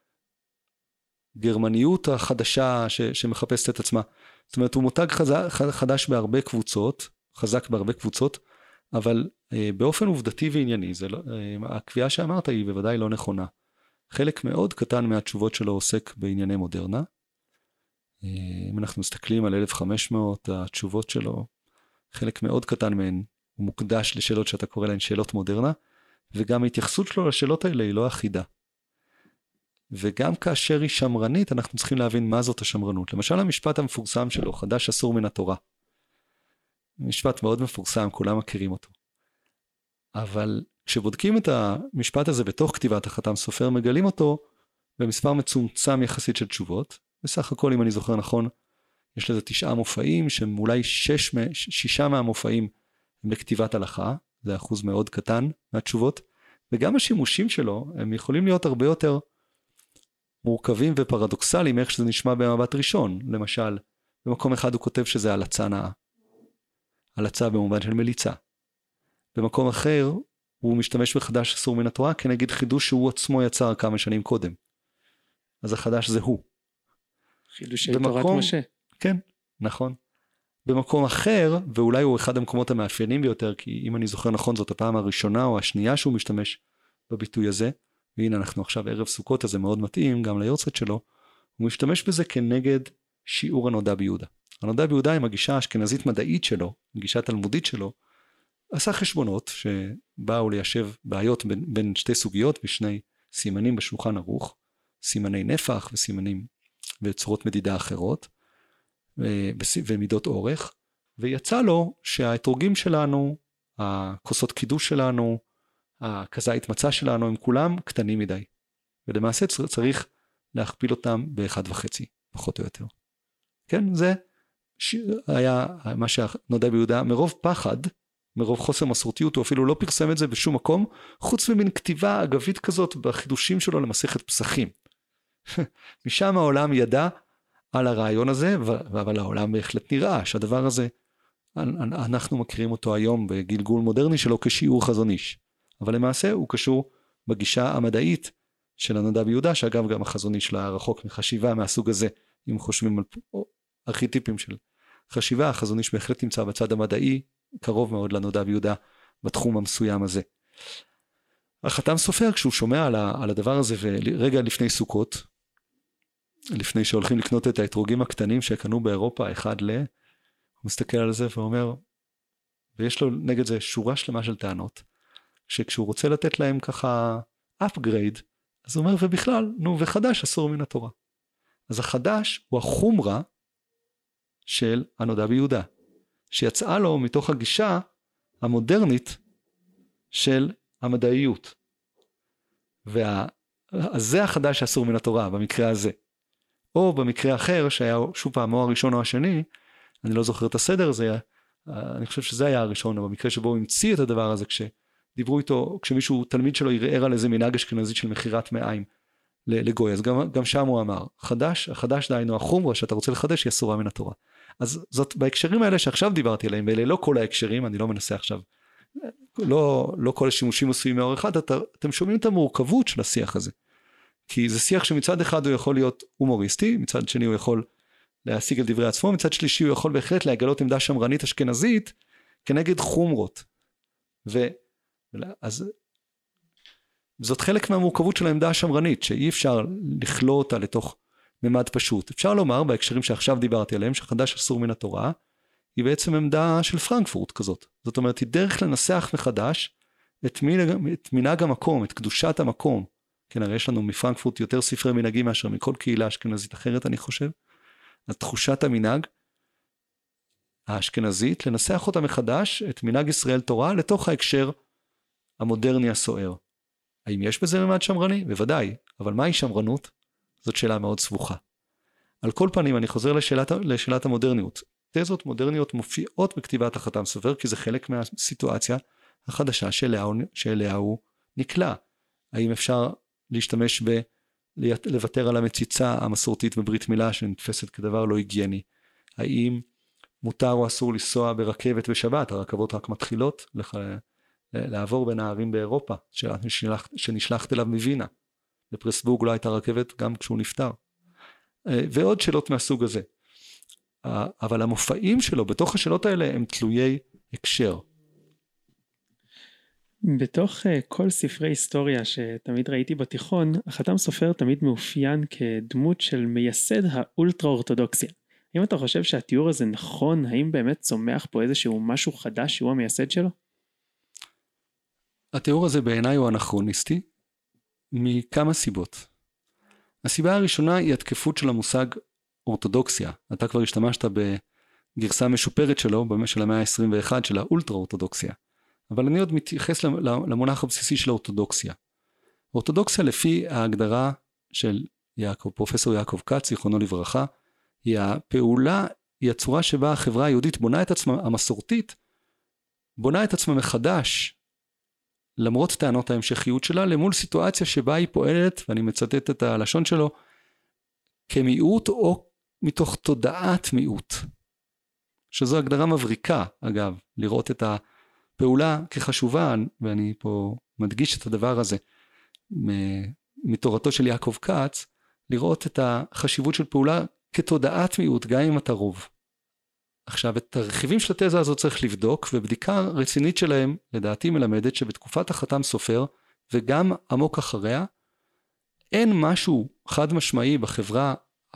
בגרמניות החדשה שמחפשת את עצמה. זאת אומרת, הוא מותג חדש בהרבה קבוצות, חזק בהרבה קבוצות, אבל באופן עובדתי וענייני, זה לא, הקביעה שאמרת היא בוודאי לא נכונה. חלק מאוד קטן מהתשובות שלו עוסק בענייני מודרנה. אם אנחנו מסתכלים על אלף וחמש מאות, התשובות שלו, חלק מאוד קטן מהן הוא מוקדש לשאלות שאתה קורא להן שאלות מודרנה, וגם ההתייחסות שלו לשאלות האלה היא לא אחידה. וגם כאשר היא שמרנית, אנחנו צריכים להבין מה זאת השמרנות. למשל, המשפט המפורסם שלו, חדש אסור מן התורה. משפט מאוד מפורסם, כולם מכירים אותו. אבל כשבודקים את המשפט הזה בתוך כתיבת החתם סופר, מגלים אותו במספר מצומצם יחסית של תשובות. בסך הכל, אם אני זוכר נכון, יש לזה תשעה מופעים, שהם אולי שש, שישה מהמופעים הם לכתיבת הלכה, זה אחוז מאוד קטן מהתשובות, וגם השימושים שלו, הם יכולים להיות הרבה יותר מורכבים ופרדוקסליים, איך שזה נשמע במבט ראשון. למשל, במקום אחד הוא כותב שזה הלצה נאה, הלצה במובן של מליצה. במקום אחר, הוא משתמש בחדש אסור מן התורה, כנגד חידוש שהוא עצמו יצר כמה שנים קודם. אז החדש זה הוא. חידושי תורת משה. כן, נכון. במקום אחר, ואולי הוא אחד המקומות המאפיינים ביותר, כי אם אני זוכר נכון, זאת הפעם הראשונה או השנייה שהוא משתמש בביטוי הזה, והנה אנחנו עכשיו ערב סוכות, אז זה מאוד מתאים גם ליורצייט שלו, הוא משתמש בזה כנגד שיעור הנודע ביהודה. הנודע ביהודה עם הגישה האשכנזית מדעית שלו, הגישה תלמודית שלו, עשה חשבונות שבאו ליישב בעיות בין, בין שתי סוגיות ושני סימנים בשולחן ערוך, סימני נפח וסימנים וצורות מדידה אחרות, ומידות אורך, ויצא לו שהאתרוגים שלנו, הכוסות קידוש שלנו, הכזית מצה שלנו, הם כולם קטנים מדי. ולמעשה צריך להכפיל אותם באחד וחצי, פחות או יותר. כן, זה היה מה שנודע ביהודה, מרוב פחד, מרוב חוסר מסורתיות, הוא אפילו לא פרסם את זה בשום מקום, חוץ ממין כתיבה אגבית כזאת בחידושים שלו למסכת פסחים. משם העולם ידע על הרעיון הזה, אבל העולם בהחלט נראה שהדבר הזה, אנחנו מכירים אותו היום בגלגול מודרני שלו כשיעור חזון איש. אבל למעשה הוא קשור בגישה המדעית של הנודע ביהודה, שאגב גם החזון איש שלה רחוק מחשיבה מהסוג הזה, אם חושבים על ארכיטיפים של חשיבה, החזון איש בהחלט נמצא בצד המדעי, קרוב מאוד לנודע ביהודה בתחום המסוים הזה. החתם סופר כשהוא שומע על, ה, על הדבר הזה, ורגע לפני סוכות, לפני שהולכים לקנות את האתרוגים הקטנים שקנו באירופה, אחד ל... הוא מסתכל על זה ואומר, ויש לו נגד זה שורה שלמה של טענות, שכשהוא רוצה לתת להם ככה upgrade, אז הוא אומר, ובכלל, נו, וחדש אסור מן התורה. אז החדש הוא החומרה של הנודע ביהודה, שיצאה לו מתוך הגישה המודרנית של המדעיות. וה... אז זה החדש אסור מן התורה, במקרה הזה. או במקרה אחר, שהיה שוב פעם או הראשון או השני, אני לא זוכר את הסדר, זה היה, אני חושב שזה היה הראשון, או במקרה שבו הוא המציא את הדבר הזה, כשדיברו איתו, כשמישהו, תלמיד שלו, יראה על איזה מנהג אשכנזית של מחירת מעיים לגוי, אז גם, גם שם הוא אמר, חדש, החדש דיינו, החומרה שאתה רוצה לחדש, היא אסורה מן התורה. אז זאת, בהקשרים האלה שעכשיו דיברתי עליהם, ואלה לא כל ההקשרים, אני לא מנסה עכשיו, לא, לא כל השימושים עשויים מאור אחד, אתה, אתם שומעים את המורכבות של השיח הזה. כי זה שיח שמצד אחד הוא יכול להיות הומוריסטי, מצד שני הוא יכול להשיג על דברי עצמו, מצד שלישי הוא יכול בהחלט להגלות עמדה שמרנית אשכנזית כנגד חומרות. ו... אז זאת חלק מהמורכבות של העמדה השמרנית, שאי אפשר לכלוא אותה לתוך ממד פשוט. אפשר לומר בהקשרים שעכשיו דיברתי עליהם, שחדש אסור מן התורה, היא בעצם עמדה של פרנקפורט כזאת. זאת אומרת, היא דרך לנסח מחדש את מנהג, את מנהג המקום, את קדושת המקום. כן, הרי יש לנו מפרנקפורט יותר ספרי מנהגים מאשר מכל קהילה אשכנזית אחרת, אני חושב. על תחושת המנהג האשכנזית, לנסח אותה מחדש, את מנהג ישראל תורה, לתוך ההקשר המודרני הסוער. האם יש בזה ממד שמרני? בוודאי. אבל מהי שמרנות? זאת שאלה מאוד סבוכה. על כל פנים, אני חוזר לשאלת, לשאלת המודרניות. תזות מודרניות מופיעות בכתיבת החתם סופר, כי זה חלק מהסיטואציה החדשה שאליה, שאליה הוא נקלע. האם אפשר להשתמש ב... לוותר על המציצה המסורתית בברית מילה שנתפסת כדבר לא היגייני? האם מותר או אסור לנסוע ברכבת בשבת? הרכבות רק מתחילות לח... לעבור בין הערים באירופה, שנשלח... שנשלחת אליו מווינה. בפרסבורג לא הייתה רכבת גם כשהוא נפטר. ועוד שאלות מהסוג הזה. אבל המופעים שלו בתוך השאלות האלה הם תלויי הקשר. בתוך uh, כל ספרי היסטוריה שתמיד ראיתי בתיכון, החתם סופר תמיד מאופיין כדמות של מייסד האולטרה אורתודוקסיה. האם אתה חושב שהתיאור הזה נכון? האם באמת צומח פה איזשהו משהו חדש שהוא המייסד שלו? התיאור הזה בעיניי הוא אנכרוניסטי, מכמה סיבות. הסיבה הראשונה היא התקפות של המושג אורתודוקסיה. אתה כבר השתמשת בגרסה משופרת שלו, של המאה ה-עשרים ואחת של האולטרה אורתודוקסיה. אבל אני עוד מתייחס למונח הבסיסי של האורתודוקסיה. אורתודוקסיה לפי ההגדרה של יעקב, פרופסור יעקב כץ, זיכרונו לברכה, היא הפעולה היא הצורה שבה החברה היהודית בונה את עצמה, המסורתית, בונה את עצמה מחדש, למרות טענות ההמשכיות שלה, למול סיטואציה שבה היא פועלת, ואני מצטט את הלשון שלו, כמיעוט או מתוך תודעת מיעוט. שזו הגדרה מבריקה, אגב, לראות את הפעולה כחשובה, ואני פה מדגיש את הדבר הזה, מתורתו של יעקב כץ, לראות את החשיבות של פעולה כתודעת מיעוט, גם אם אתה רוב. עכשיו, את הרכיבים של התזה הזאת צריך לבדוק, ובדיקה רצינית שלהם, לדעתי מלמדת, שבתקופת החתם סופר, וגם עמוק אחריה, אין משהו חד משמעי בחברה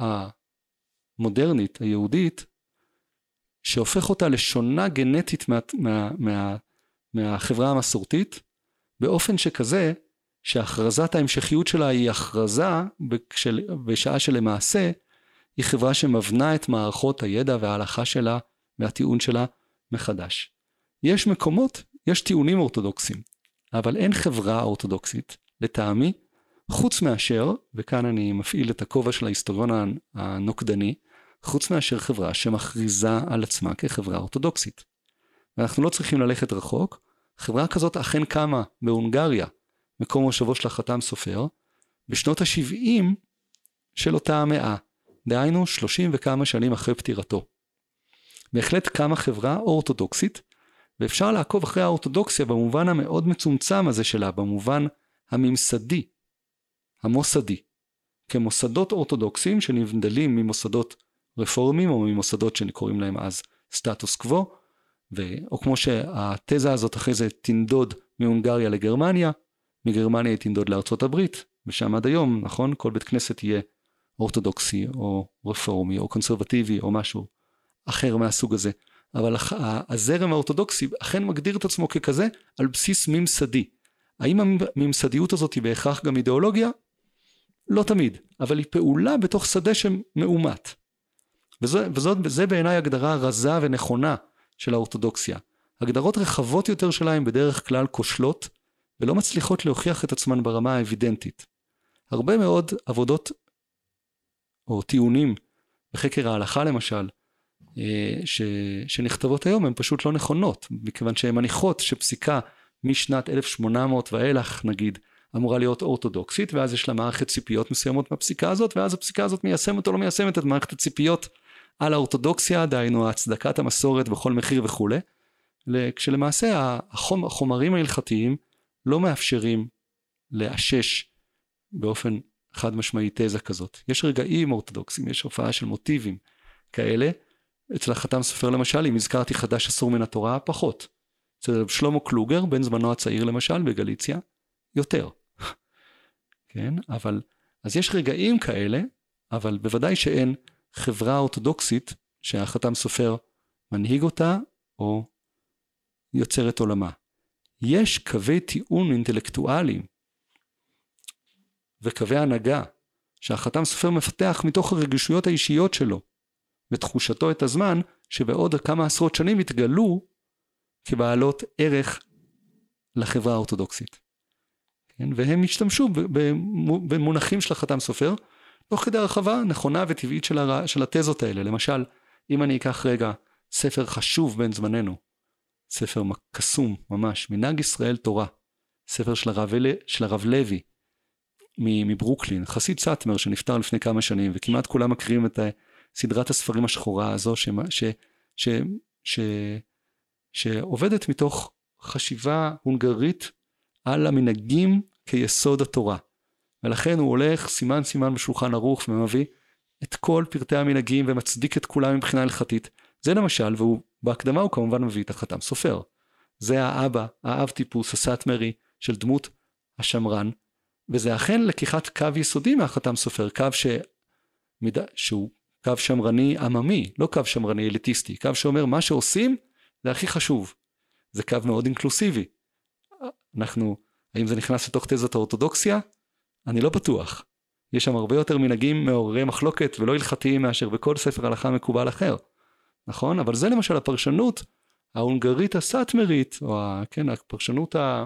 המודרנית, היהודית, שהופך אותה לשונה גנטית מה, מה, מה, מהחברה המסורתית, באופן שכזה, שהכרזת ההמשכיות שלה היא הכרזה, בשעה שלמעשה, היא חברה שמבנה את מערכות הידע וההלכה שלה והטיעון שלה מחדש. יש מקומות, יש טיעונים אורתודוקסיים, אבל אין חברה אורתודוקסית, לטעמי, חוץ מאשר, וכאן אני מפעיל את הכובע של ההיסטוריון הנוקדני, חוץ מאשר חברה שמכריזה על עצמה כחברה אורתודוקסית. ואנחנו לא צריכים ללכת רחוק, חברה כזאת אכן קמה בהונגריה, מקום מושבו של החתם סופר, בשנות ה-שבעים של אותה המאה, דהיינו שלושים וכמה שנים אחרי פטירתו. בהחלט קמה חברה אורתודוקסית, ואפשר לעקוב אחרי האורתודוקסיה במובן המאוד מצומצם הזה שלה, במובן הממסדי, המוסדי, כמוסדות אורתודוקסיים שנבדלים ממוסדות רפורמים, או ממוסדות שקוראים להם אז סטטוס קוו, או כמו שהתזה הזאת אחרי זה תנדוד מהונגריה לגרמניה, מגרמניה היא תנדוד לארצות הברית, ושם עד היום, נכון, כל בית כנסת יהיה אורתודוקסי, או רפורמי, או קונסרבטיבי, או משהו אחר מהסוג הזה. אבל הזרם האורתודוקסי אכן מגדיר את עצמו ככזה, על בסיס ממסדי. האם הממסדיות הזאת היא בהכרח גם אידיאולוגיה? לא תמיד, אבל היא פעולה בתוך שדה שמאומת. וזאת, וזאת, וזה בעיניי הגדרה רזה ונכונה של האורתודוקסיה. הגדרות רחבות יותר שלהם בדרך כלל כושלות, ולא מצליחות להוכיח את עצמן ברמה האבידנטית. הרבה מאוד עבודות או טיעונים בחקר ההלכה למשל, ש, שנכתבות היום הן פשוט לא נכונות, מכיוון שהן מניחות שפסיקה משנת אלף שמונה מאות ואילך נגיד, אמורה להיות אורתודוקסית, ואז יש לה מערכת ציפיות מסוימות מהפסיקה הזאת, ואז הפסיקה הזאת מיישמת או לא מיישמת את מערכת הציפיות על האורתודוקסיה, דהיינו הצדקת המסורת בכל מחיר וכו', כשלמעשה החומ, החומרים ההלכתיים לא מאפשרים לאשש באופן חד משמעי תזה כזאת. יש רגעים אורתודוקסיים, יש הופעה של מוטיבים כאלה, אצל החתם סופר למשל, אם הזכרתי חדש אסור מן התורה, פחות. אצל שלמה קלוגר, בן זמנו הצעיר למשל, בגליציה, יותר. כן, אבל, אז יש רגעים כאלה, אבל בוודאי שאין חברה אורתודוקסית שהחתם סופר מנהיג אותה או יוצר את עולמה. יש קווי טיעון אינטלקטואליים וקווי הנהגה שהחתם סופר מפתח מתוך הרגישויות האישיות שלו ותחושתו את הזמן שבעוד כמה עשרות שנים התגלו כבעלות ערך לחברה האורתודוקסית. כן? והם השתמשו במונחים של החתם סופר תוך כדי הרחבה נכונה וטבעית של, הר... של התזות האלה. למשל, אם אני אקח רגע ספר חשוב בין זמננו, ספר קסום ממש, מנהג ישראל תורה, ספר של הרב, של הרב לוי מברוקלין, חסיד סאטמר שנפטר לפני כמה שנים, וכמעט כולם מכירים את סדרת הספרים השחורה הזו, ש... ש... ש... ש... שעובדת מתוך חשיבה הונגרית על המנהגים כיסוד התורה. ולכן הוא הולך סימן סימן בשולחן ערוך ומביא את כל פרטי המנהגים ומצדיק את כולם מבחינה הלכתית. זה למשל, והוא בהקדמה הוא כמובן מביא את החתם סופר. זה האבא, האב טיפוס, הסאטמרי של דמות השמרן, וזה אכן לקיחת קו יסודי מהחתם סופר, קו ש... מיד... שהוא קו שמרני עממי, לא קו שמרני אליטיסטי, קו שאומר מה שעושים זה הכי חשוב. זה קו מאוד אינקלוסיבי. אנחנו, האם זה נכנס לתוך תזת האורתודוקסיה? אני לא בטוח. יש שם הרבה יותר מנהגים מעוררי מחלוקת ולא הלכתיים מאשר בכל ספר הלכה מקובל אחר. נכון? אבל זה למשל הפרשנות ההונגרית הסאטמרית, או ה, כן, הפרשנות ה...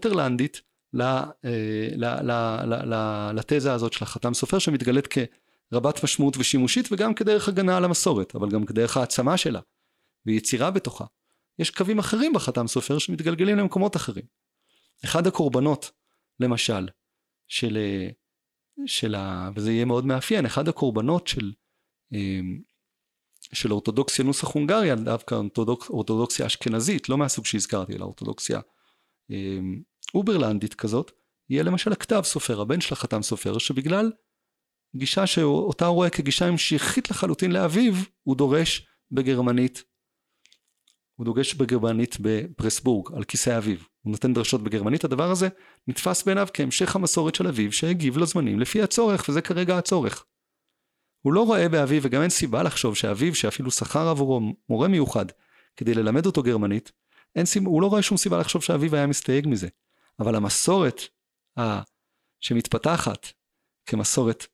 האונטרלנדית לתזה הזאת של החתם סופר, שמתגלית רבת משמעות ושימושית, וגם כדרך הגנה על המסורת, אבל גם כדרך העצמה שלה, ויצירה בתוכה. יש קווים אחרים בחתם סופר שמתגלגלים למקומות אחרים. אחד הקורבנות, למשל, של, של ה, וזה יהיה מאוד מאפיין, אחד הקורבנות של, של אורתודוקסיה נוסח הונגריה, דווקא אורתודוקס, אורתודוקסיה אשכנזית, לא מהסוג שהזכרתי, אלא אורתודוקסיה אוברלנדית כזאת, יהיה למשל הכתב סופר, הבן של החתם סופר, שבגלל גישה שאותה הוא רואה כגישה המשיכית לחלוטין לאביו, הוא דורש בגרמנית, הוא דורש בגרמנית בפרסבורג, על כיסא אביו. הוא נותן דרשות בגרמנית, הדבר הזה נתפס בעיניו כהמשך המסורת של אביו, שהגיב לזמנים לפי הצורך, וזה כרגע הצורך. הוא לא רואה באביו, וגם אין סיבה לחשוב שאביו, שאפילו שכר עבורו מורה מיוחד, כדי ללמד אותו גרמנית, אין סיבה, הוא לא רואה שום סיבה לחשוב שאביו היה מסתייג מזה. אבל המסורת ה... שמתפתחת כמסורת,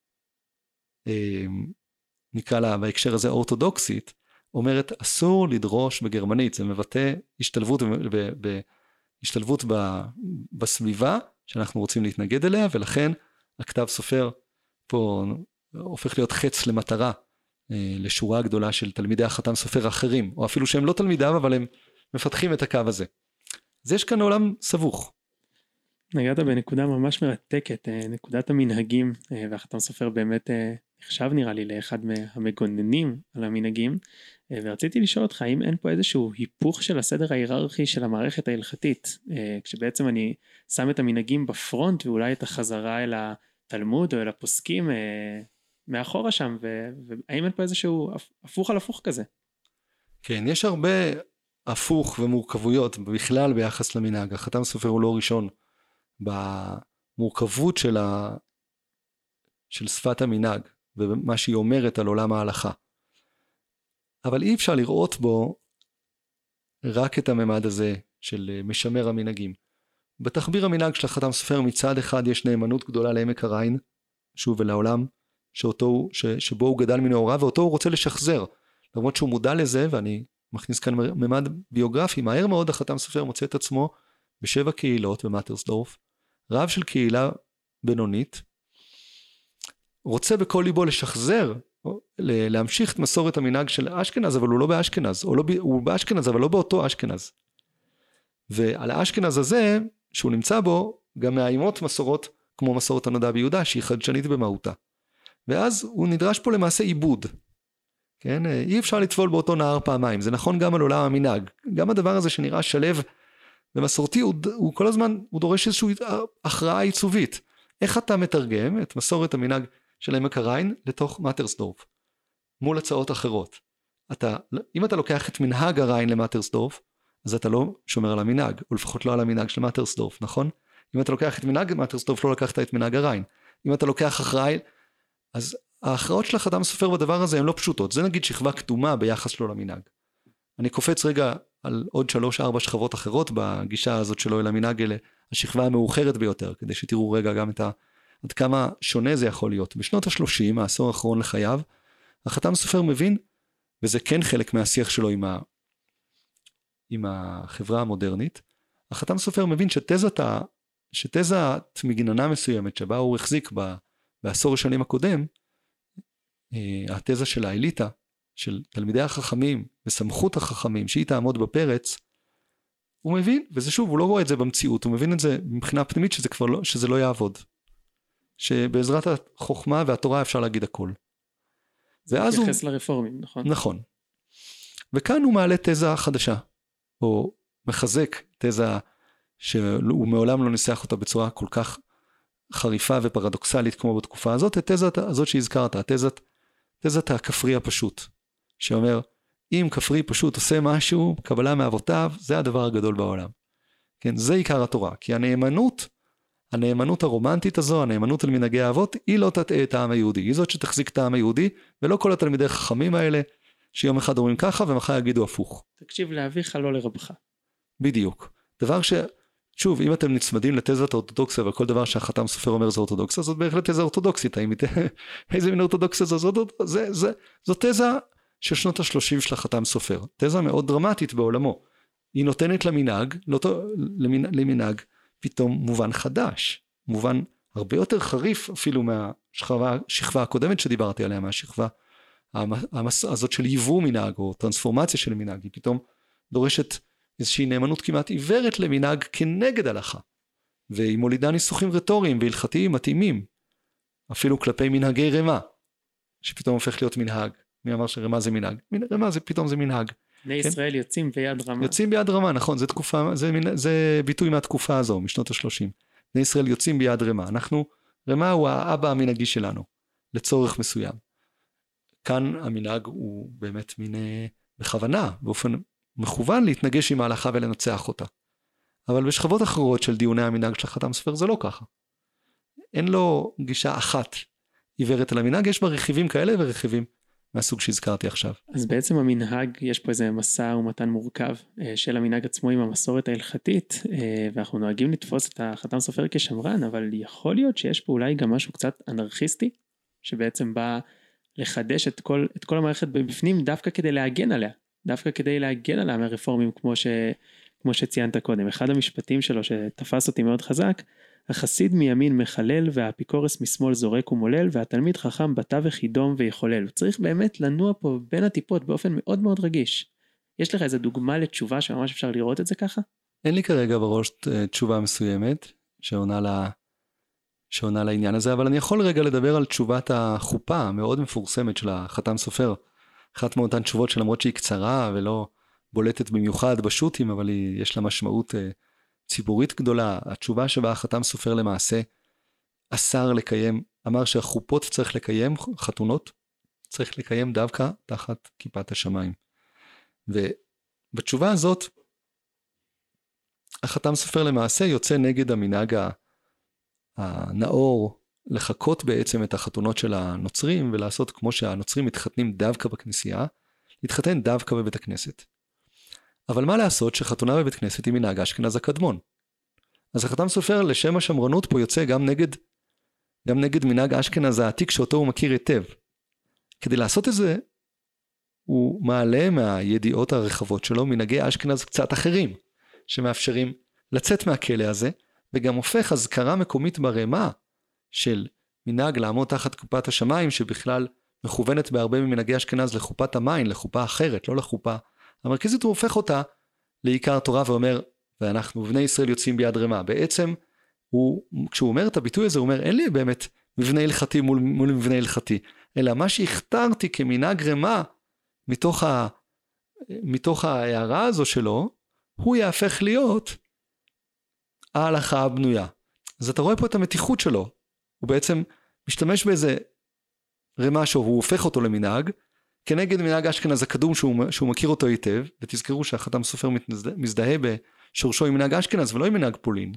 אה, נקרא לה בהקשר הזה אורתודוקסית, אומרת אסור לדרוש בגרמנית, זה מבטא השתלבות, ב, ב, השתלבות ב, בסביבה שאנחנו רוצים להתנגד אליה, ולכן הכתב סופר פה הופך להיות חץ למטרה, אה, לשורה גדולה של תלמידי החתם סופר אחרים, או אפילו שהם לא תלמידיו, אבל הם מפתחים את הקו הזה. אז יש כאן עולם סבוך. נגעת בנקודה ממש מרתקת, נקודת המנהגים, והחתם סופר באמת נחשב נראה לי לאחד מהמגוננים על המנהגים, ורציתי לשאול אותך, האם אין פה איזשהו היפוך של הסדר ההיררכי של המערכת ההלכתית, כשבעצם אני שם את המנהגים בפרונט, ואולי את החזרה אל התלמוד או אל הפוסקים מאחורה שם, והאם אין פה איזשהו הפוך על הפוך כזה? כן, יש הרבה הפוך ומורכבויות בכלל ביחס למנהג, החתם סופר הוא לא ראשון, במורכבות של, ה... של שפת המנהג ומה שהיא אומרת על עולם ההלכה. אבל אי אפשר לראות בו רק את הממד הזה של משמר המנהגים. בתחביר המנהג של החתם סופר מצד אחד יש נאמנות גדולה לעמק הריין, שוב ולעולם, שאותו, ש... שבו הוא גדל מנעוריו ואותו הוא רוצה לשחזר. למרות שהוא מודע לזה, ואני מכניס כאן ממד ביוגרפי, מהר מאוד החתם סופר מוצא את עצמו בשבע קהילות במטרסדורף, רב של קהילה בינונית, רוצה בכל ליבו לשחזר, להמשיך את מסורת המנהג של אשכנז, אבל הוא לא באשכנז, או לא, הוא באשכנז, אבל לא באותו אשכנז. ועל האשכנז הזה, שהוא נמצא בו, גם מאיימות מסורות, כמו מסורת הנודע ביהודה, שהיא חדשנית במהותה. ואז הוא נדרש פה למעשה עיבוד. כן? אי אפשר לטבול באותו נהר פעמיים, זה נכון גם על עולם המנהג. גם הדבר הזה שנראה שלב, ומסורתי הוא, הוא כל הזמן, הוא דורש איזושהי הכרעה עיצובית. איך אתה מתרגם את מסורת המנהג של עמק הריין לתוך מטרסדורף, מול הצעות אחרות? אתה, אם אתה לוקח את מנהג הריין למטרסדורף, אז אתה לא שומר על המנהג, או לפחות לא על המנהג של מטרסדורף, נכון? אם אתה לוקח את מנהג מטרסדורף, לא לקחת את מנהג הריין. אם אתה לוקח אחראי, אז ההכרעות של החתם סופר בדבר הזה הן לא פשוטות. זה נגיד שכבה קדומה ביחס לו למנהג. אני קופץ רגע על עוד שלוש ארבע שכבות אחרות בגישה הזאת שלו אל המנהג, אלה השכבה המאוחרת ביותר, כדי שתראו רגע גם את ה... עד כמה שונה זה יכול להיות. בשנות ה-שלושים, העשור האחרון לחייו, החתם סופר מבין, וזה כן חלק מהשיח שלו עם, ה... עם החברה המודרנית, החתם סופר מבין שתזת, ה... שתזת מגננה מסוימת, שבה הוא החזיק ב... בעשור השנים הקודם, התזה של האליטה, של תלמידי החכמים, וסמכות החכמים, שהיא תעמוד בפרץ, הוא מבין, וזה שוב, הוא לא רואה את זה במציאות, הוא מבין את זה מבחינה פנימית, שזה כבר לא, שזה לא יעבוד. שבעזרת החוכמה והתורה אפשר להגיד הכל. זה מתייחס הוא... לרפורמים, נכון? נכון. וכאן הוא מעלה תזה חדשה, או מחזק תזה שהוא מעולם לא ניסח אותה בצורה כל כך חריפה ופרדוקסלית כמו בתקופה הזאת, התזת הזאת שהזכרת, התזת, תזת הכפרי הפשוט, שאומר, אם כפרי פשוט עושה משהו, קבלה מאבותיו, זה הדבר הגדול בעולם. כן, זה עיקר התורה, כי הנאמנות, הנאמנות הרומנטית הזו, הנאמנות על מנהגי האבות, היא לא תטעה את העם היהודי, היא זאת שתחזיק את העם היהודי, ולא כל התלמידי החכמים האלה, שיום אחד אומרים ככה, ומחר יגידו הפוך. תקשיב לאביך, לא לרבך. בדיוק. דבר ש... שוב, אם אתם נצמדים לתזת האורתודוקסיה, וכל דבר שהחתם סופר אומר זה אורתודוקסיה, זאת בהחלט תזה אורתודוקסית, איזה מין אורתודוקסיה זו? זה, זה, זו תזה של שנות ה-שלושים של החתם סופר, תזה מאוד דרמטית בעולמו, היא נותנת למנהג, למנהג, פתאום מובן חדש, מובן הרבה יותר חריף אפילו מה, השכבה, השכבה הקודמת שדיברתי עליה, מהשכבה המס, הזאת של ייבוא מנהג, או טרנספורמציה של מנהג, היא פתאום דורשת איזושהי נאמנות כמעט עיוורת למנהג כנגד הלכה, והיא מולידה ניסוחים רטוריים והלכתיים מתאימים, אפילו כלפי מנהגי רמה, שפתאום הופך להיות מנהג. מי אמר שרמה זה מנהג? רמה זה פתאום זה מנהג. בני כן? ישראל יוצאים ביד רמה. יוצאים ביד רמה, נכון, זה תקופה, זה, זה ביטוי מהתקופה הזו, משנות ה-שלושים. בני ישראל יוצאים ביד רמה. אנחנו, רמה הוא האבא המנהגי שלנו, לצורך מסוים. כאן המנהג הוא באמת מין בכוונה, באופן מכוון להתנגש עם ההלכה ולנצח אותה. אבל בשכבות אחרות של דיוני המנהג של החתם סופר זה לא ככה. אין לו גישה אחת עיוורת על המנהג, יש בה רכיבים כאלה ורכיבים מהסוג שהזכרתי עכשיו. אז בעצם המנהג, יש פה איזה מסע ומתן מורכב של המנהג עצמו עם המסורת ההלכתית, ואנחנו נוהגים לתפוס את החתם סופר כשמרן, אבל יכול להיות שיש פה אולי גם משהו קצת אנרכיסטי, שבעצם בא לחדש את כל, את כל המערכת בפנים דווקא כדי להגן עליה, דווקא כדי להגן עליה מהרפורמים כמו, ש, כמו שציינת קודם. אחד המשפטים שלו שתפס אותי מאוד חזק, החסיד מימין מחלל והאפיקורס משמאל זורק ומולל והתלמיד חכם בתווך ידום ויחולל. הוא צריך באמת לנוע פה בין הטיפות באופן מאוד מאוד רגיש. יש לך איזו דוגמה לתשובה שממש אפשר לראות את זה ככה? אין לי כרגע בראש תשובה מסוימת שעונה, לה, שעונה לעניין הזה, אבל אני יכול רגע לדבר על תשובת החופה המאוד מפורסמת של החתם סופר. אחת מאותן תשובות שלמרות שהיא קצרה ולא בולטת במיוחד בשו"תים, אבל היא, יש לה משמעות ציבורית גדולה. התשובה שבה החתם סופר למעשה אסר לקיים, אמר שהחופות צריך לקיים, חתונות צריך לקיים דווקא תחת כיפת השמיים. ובתשובה הזאת החתם סופר למעשה יוצא נגד המנהג הנאור לחכות בעצם את החתונות של הנוצרים ולעשות כמו שהנוצרים מתחתנים דווקא בכנסייה, להתחתן דווקא בבית הכנסת. אבל מה לעשות שחתונה בבית כנסת היא מנהג אשכנז הקדמון. אז החתם סופר לשם השמרנות פה יוצא גם נגד, גם נגד מנהג אשכנז העתיק שאותו הוא מכיר היטב. כדי לעשות את זה, הוא מעלה מהידיעות הרחבות שלו מנהגי אשכנז קצת אחרים, שמאפשרים לצאת מהכלא הזה, וגם הופך הזכרה מקומית ברמה של מנהג לעמוד תחת קופת השמיים, שבכלל מכוונת בהרבה ממנהגי אשכנז לחופת המים, לחופה אחרת, לא לחופה המרכזית, הוא הופך אותה לעיקר תורה ואומר, ואנחנו בני ישראל יוצאים ביד רמה. בעצם, הוא, כשהוא אומר את הביטוי הזה, הוא אומר, אין לי באמת מבנה הלכתי מול, מול מבנה הלכתי, אלא מה שהכתרתי כמנהג רמה, מתוך, ה, מתוך ההערה הזו שלו, הוא יהפך להיות ההלכה הבנויה. אז אתה רואה פה את המתיחות שלו, הוא בעצם משתמש באיזה רמה שהוא הופך אותו למנהג, כנגד מנהג אשכנז הקדום שהוא, שהוא מכיר אותו היטב, ותזכרו שהחתם סופר מזדהה בשורשו עם מנהג אשכנז ולא עם מנהג פולין,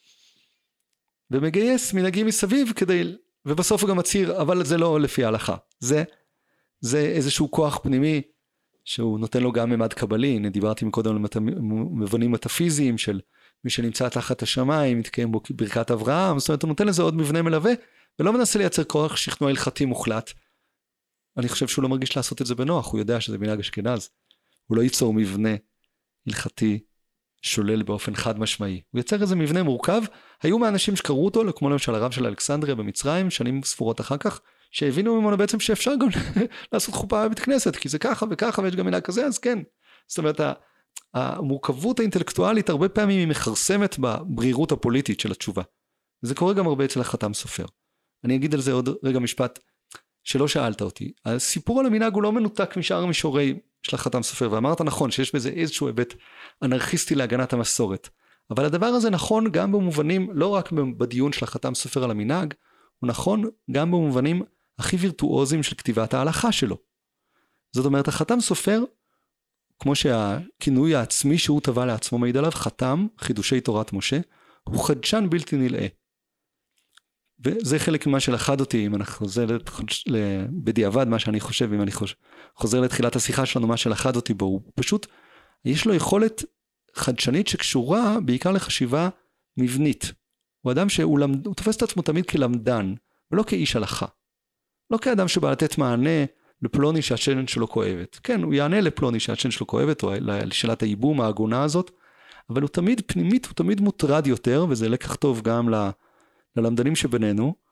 ומגייס מנהגים מסביב כדי, ובסוף הוא גם מצהיר, אבל זה לא לפי ההלכה. זה, זה איזשהו כוח פנימי, שהוא נותן לו גם ממד קבלי. הנה דיברתי מקודם על מבנים מטאפיזיים של מי שנמצא תחת השמיים, מתקיים בו ברכת אברהם, זאת אומרת הוא נותן לזה עוד מבנה מלווה, ולא מנסה לייצר כוח שכנוע הלכתי מוחלט. אני חושב שהוא לא מרגיש לעשות את זה בנוח, הוא יודע שזה מנהג אשכנז, הוא לא ייצור מבנה הלכתי שולל באופן חד משמעי, הוא יצר איזה מבנה מורכב. היו מהאנשים שקראו אותו, כמו למשל הרב של אלכסנדריה במצרים, שנים ספורות אחר כך, שהבינו ממנו בעצם שאפשר גם לעשות חופה בבית כנסת, כי זה ככה וככה, ויש גם מנהג כזה, אז כן. זאת אומרת, המורכבות האינטלקטואלית הרבה פעמים היא מחרסמת בברירות הפוליטית של התשובה. וזה קורה גם הרבה אצל החתם סופר. אני אגיד על זה עוד רגע משפט שלא שאלת אותי. הסיפור על המנהג הוא לא מנותק משאר המישורי של החתם סופר, ואמרת נכון שיש בזה איזשהו היבט אנרכיסטי להגנת המסורת. אבל הדבר הזה נכון גם במובנים, לא רק בדיון של החתם סופר על המנהג, הוא נכון גם במובנים הכי וירטואוזיים של כתיבת ההלכה שלו. זאת אומרת, החתם סופר, כמו שהכינוי העצמי שהוא טבע לעצמו מעיד עליו, חתם, חידושי תורת משה, הוא חדשן בלתי נלאה. וזה חלק ממה שלחד אותי, אם אנחנו חוזר בדיעבד מה שאני חושב, אם אני חוזר לתחילת השיחה שלנו, מה שלחד אותי בו, הוא פשוט, יש לו יכולת חדשנית שקשורה בעיקר לחשיבה מבנית. הוא אדם שהוא למד, הוא תופס את עצמו תמיד כלמדן, ולא כאיש הלכה. לא כאדם שבא לתת מענה לפלוני שהשן שלו כואבת. כן, הוא יענה לפלוני שהשן שלו כואבת, או לשאלת הייבום ההגונה הזאת, אבל הוא תמיד פנימית, הוא תמיד מוטרד יותר, וזה לקח טוב גם ל... ללמדנים שבינינו,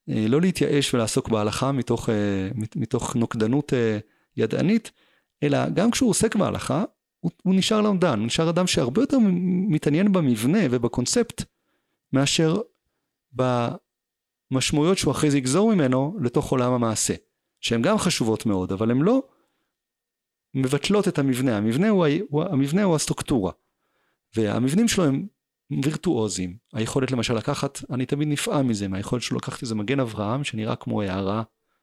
לא להתייאש ולעסוק בהלכה מתוך, מתוך נוקדנות ידענית, אלא גם כשהוא עוסק בהלכה, הוא, הוא נשאר למדן, הוא נשאר אדם שהרבה יותר מתעניין במבנה ובקונספט, מאשר במשמעויות שהוא אחרי זה יגזור ממנו לתוך עולם המעשה, שהן גם חשובות מאוד, אבל הן לא מבטלות את המבנה. המבנה הוא, הוא, המבנה הוא הסטרוקטורה, והמבנים שלו הם וירטואוזים. היכולת למשל לקחת, אני תמיד נפעם מזה, מהיכולת שלו לקחת איזה מגן אברהם, שנראה כמו הערה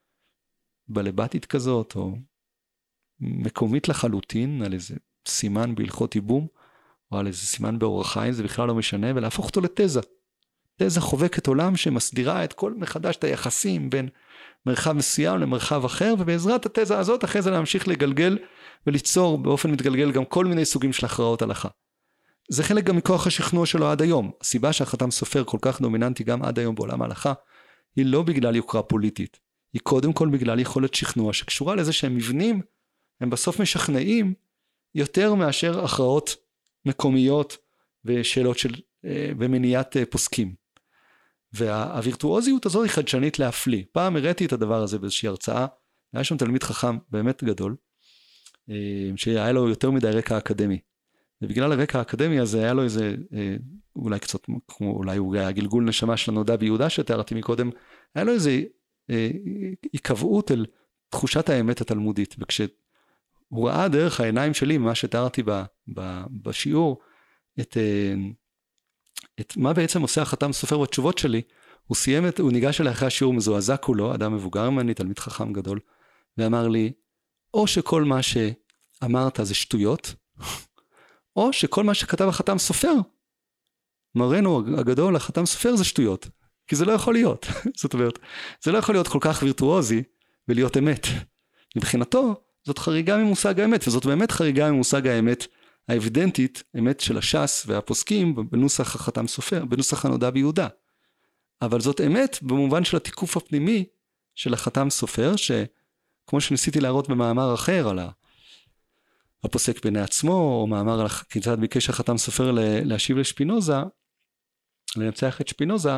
בלבטית כזאת, או מקומית לחלוטין, על איזה סימן בהלכות ייבום, או על איזה סימן באורח חיים, זה בכלל לא משנה, ולהפוך אותו לתזה. תזה חובקת עולם שמסדירה את כל מחדש את היחסים בין מרחב מסוים למרחב אחר, ובעזרת התזה הזאת אחרי זה להמשיך לגלגל וליצור באופן מתגלגל גם כל מיני סוגים של הכרעות הלכה. זה חלק גם מכוח השכנוע שלו עד היום. הסיבה שהחתם סופר כל כך דומיננטי גם עד היום בעולם ההלכה, היא לא בגלל יוקרה פוליטית, היא קודם כל בגלל יכולת שכנוע שקשורה לזה שהם מבנים, הם בסוף משכנעים יותר מאשר הכרעות מקומיות ושאלות של, ומניעת פוסקים. והווירטואוזיות הזו היא חדשנית להפליא. פעם הראיתי את הדבר הזה באיזושהי הרצאה, היה שם תלמיד חכם באמת גדול, שהיה לו יותר מדי רקע אקדמי. ובגלל הרקע האקדמי הזה היה לו איזה, אולי קצת, כמו, אולי הוא היה גלגול נשמה של הנודע ביהודה שתיארתי מקודם, היה לו איזה עיקבעות אל תחושת האמת התלמודית, וכשהוא ראה דרך העיניים שלי, מה שתיארתי ב, ב, בשיעור, את, את מה בעצם עושה החתם סופר בתשובות שלי, הוא סיים את, הוא ניגש אליי אחרי השיעור מזועזע כולו, אדם מבוגר ממני, תלמיד חכם גדול, ואמר לי, או שכל מה שאמרת זה שטויות, או שכל מה שכתב החתם סופר, מראנו הגדול, החתם סופר זה שטויות, כי זה לא יכול להיות. זאת אומרת, זה לא יכול להיות כל כך וירטואוזי ולהיות אמת. מבחינתו, זאת חריגה ממושג האמת, וזאת באמת חריגה ממושג האמת האבידנטית, אמת של הש"ס והפוסקים בנוסח החתם סופר, בנוסח הנודע ביהודה. אבל זאת אמת במובן של התיקוף הפנימי של החתם סופר, שכמו שניסיתי להראות במאמר אחר על ה... הפוסק בעיני עצמו, או מאמר על כיצד ביקש החתם סופר להשיב לשפינוזה, לנצח את שפינוזה,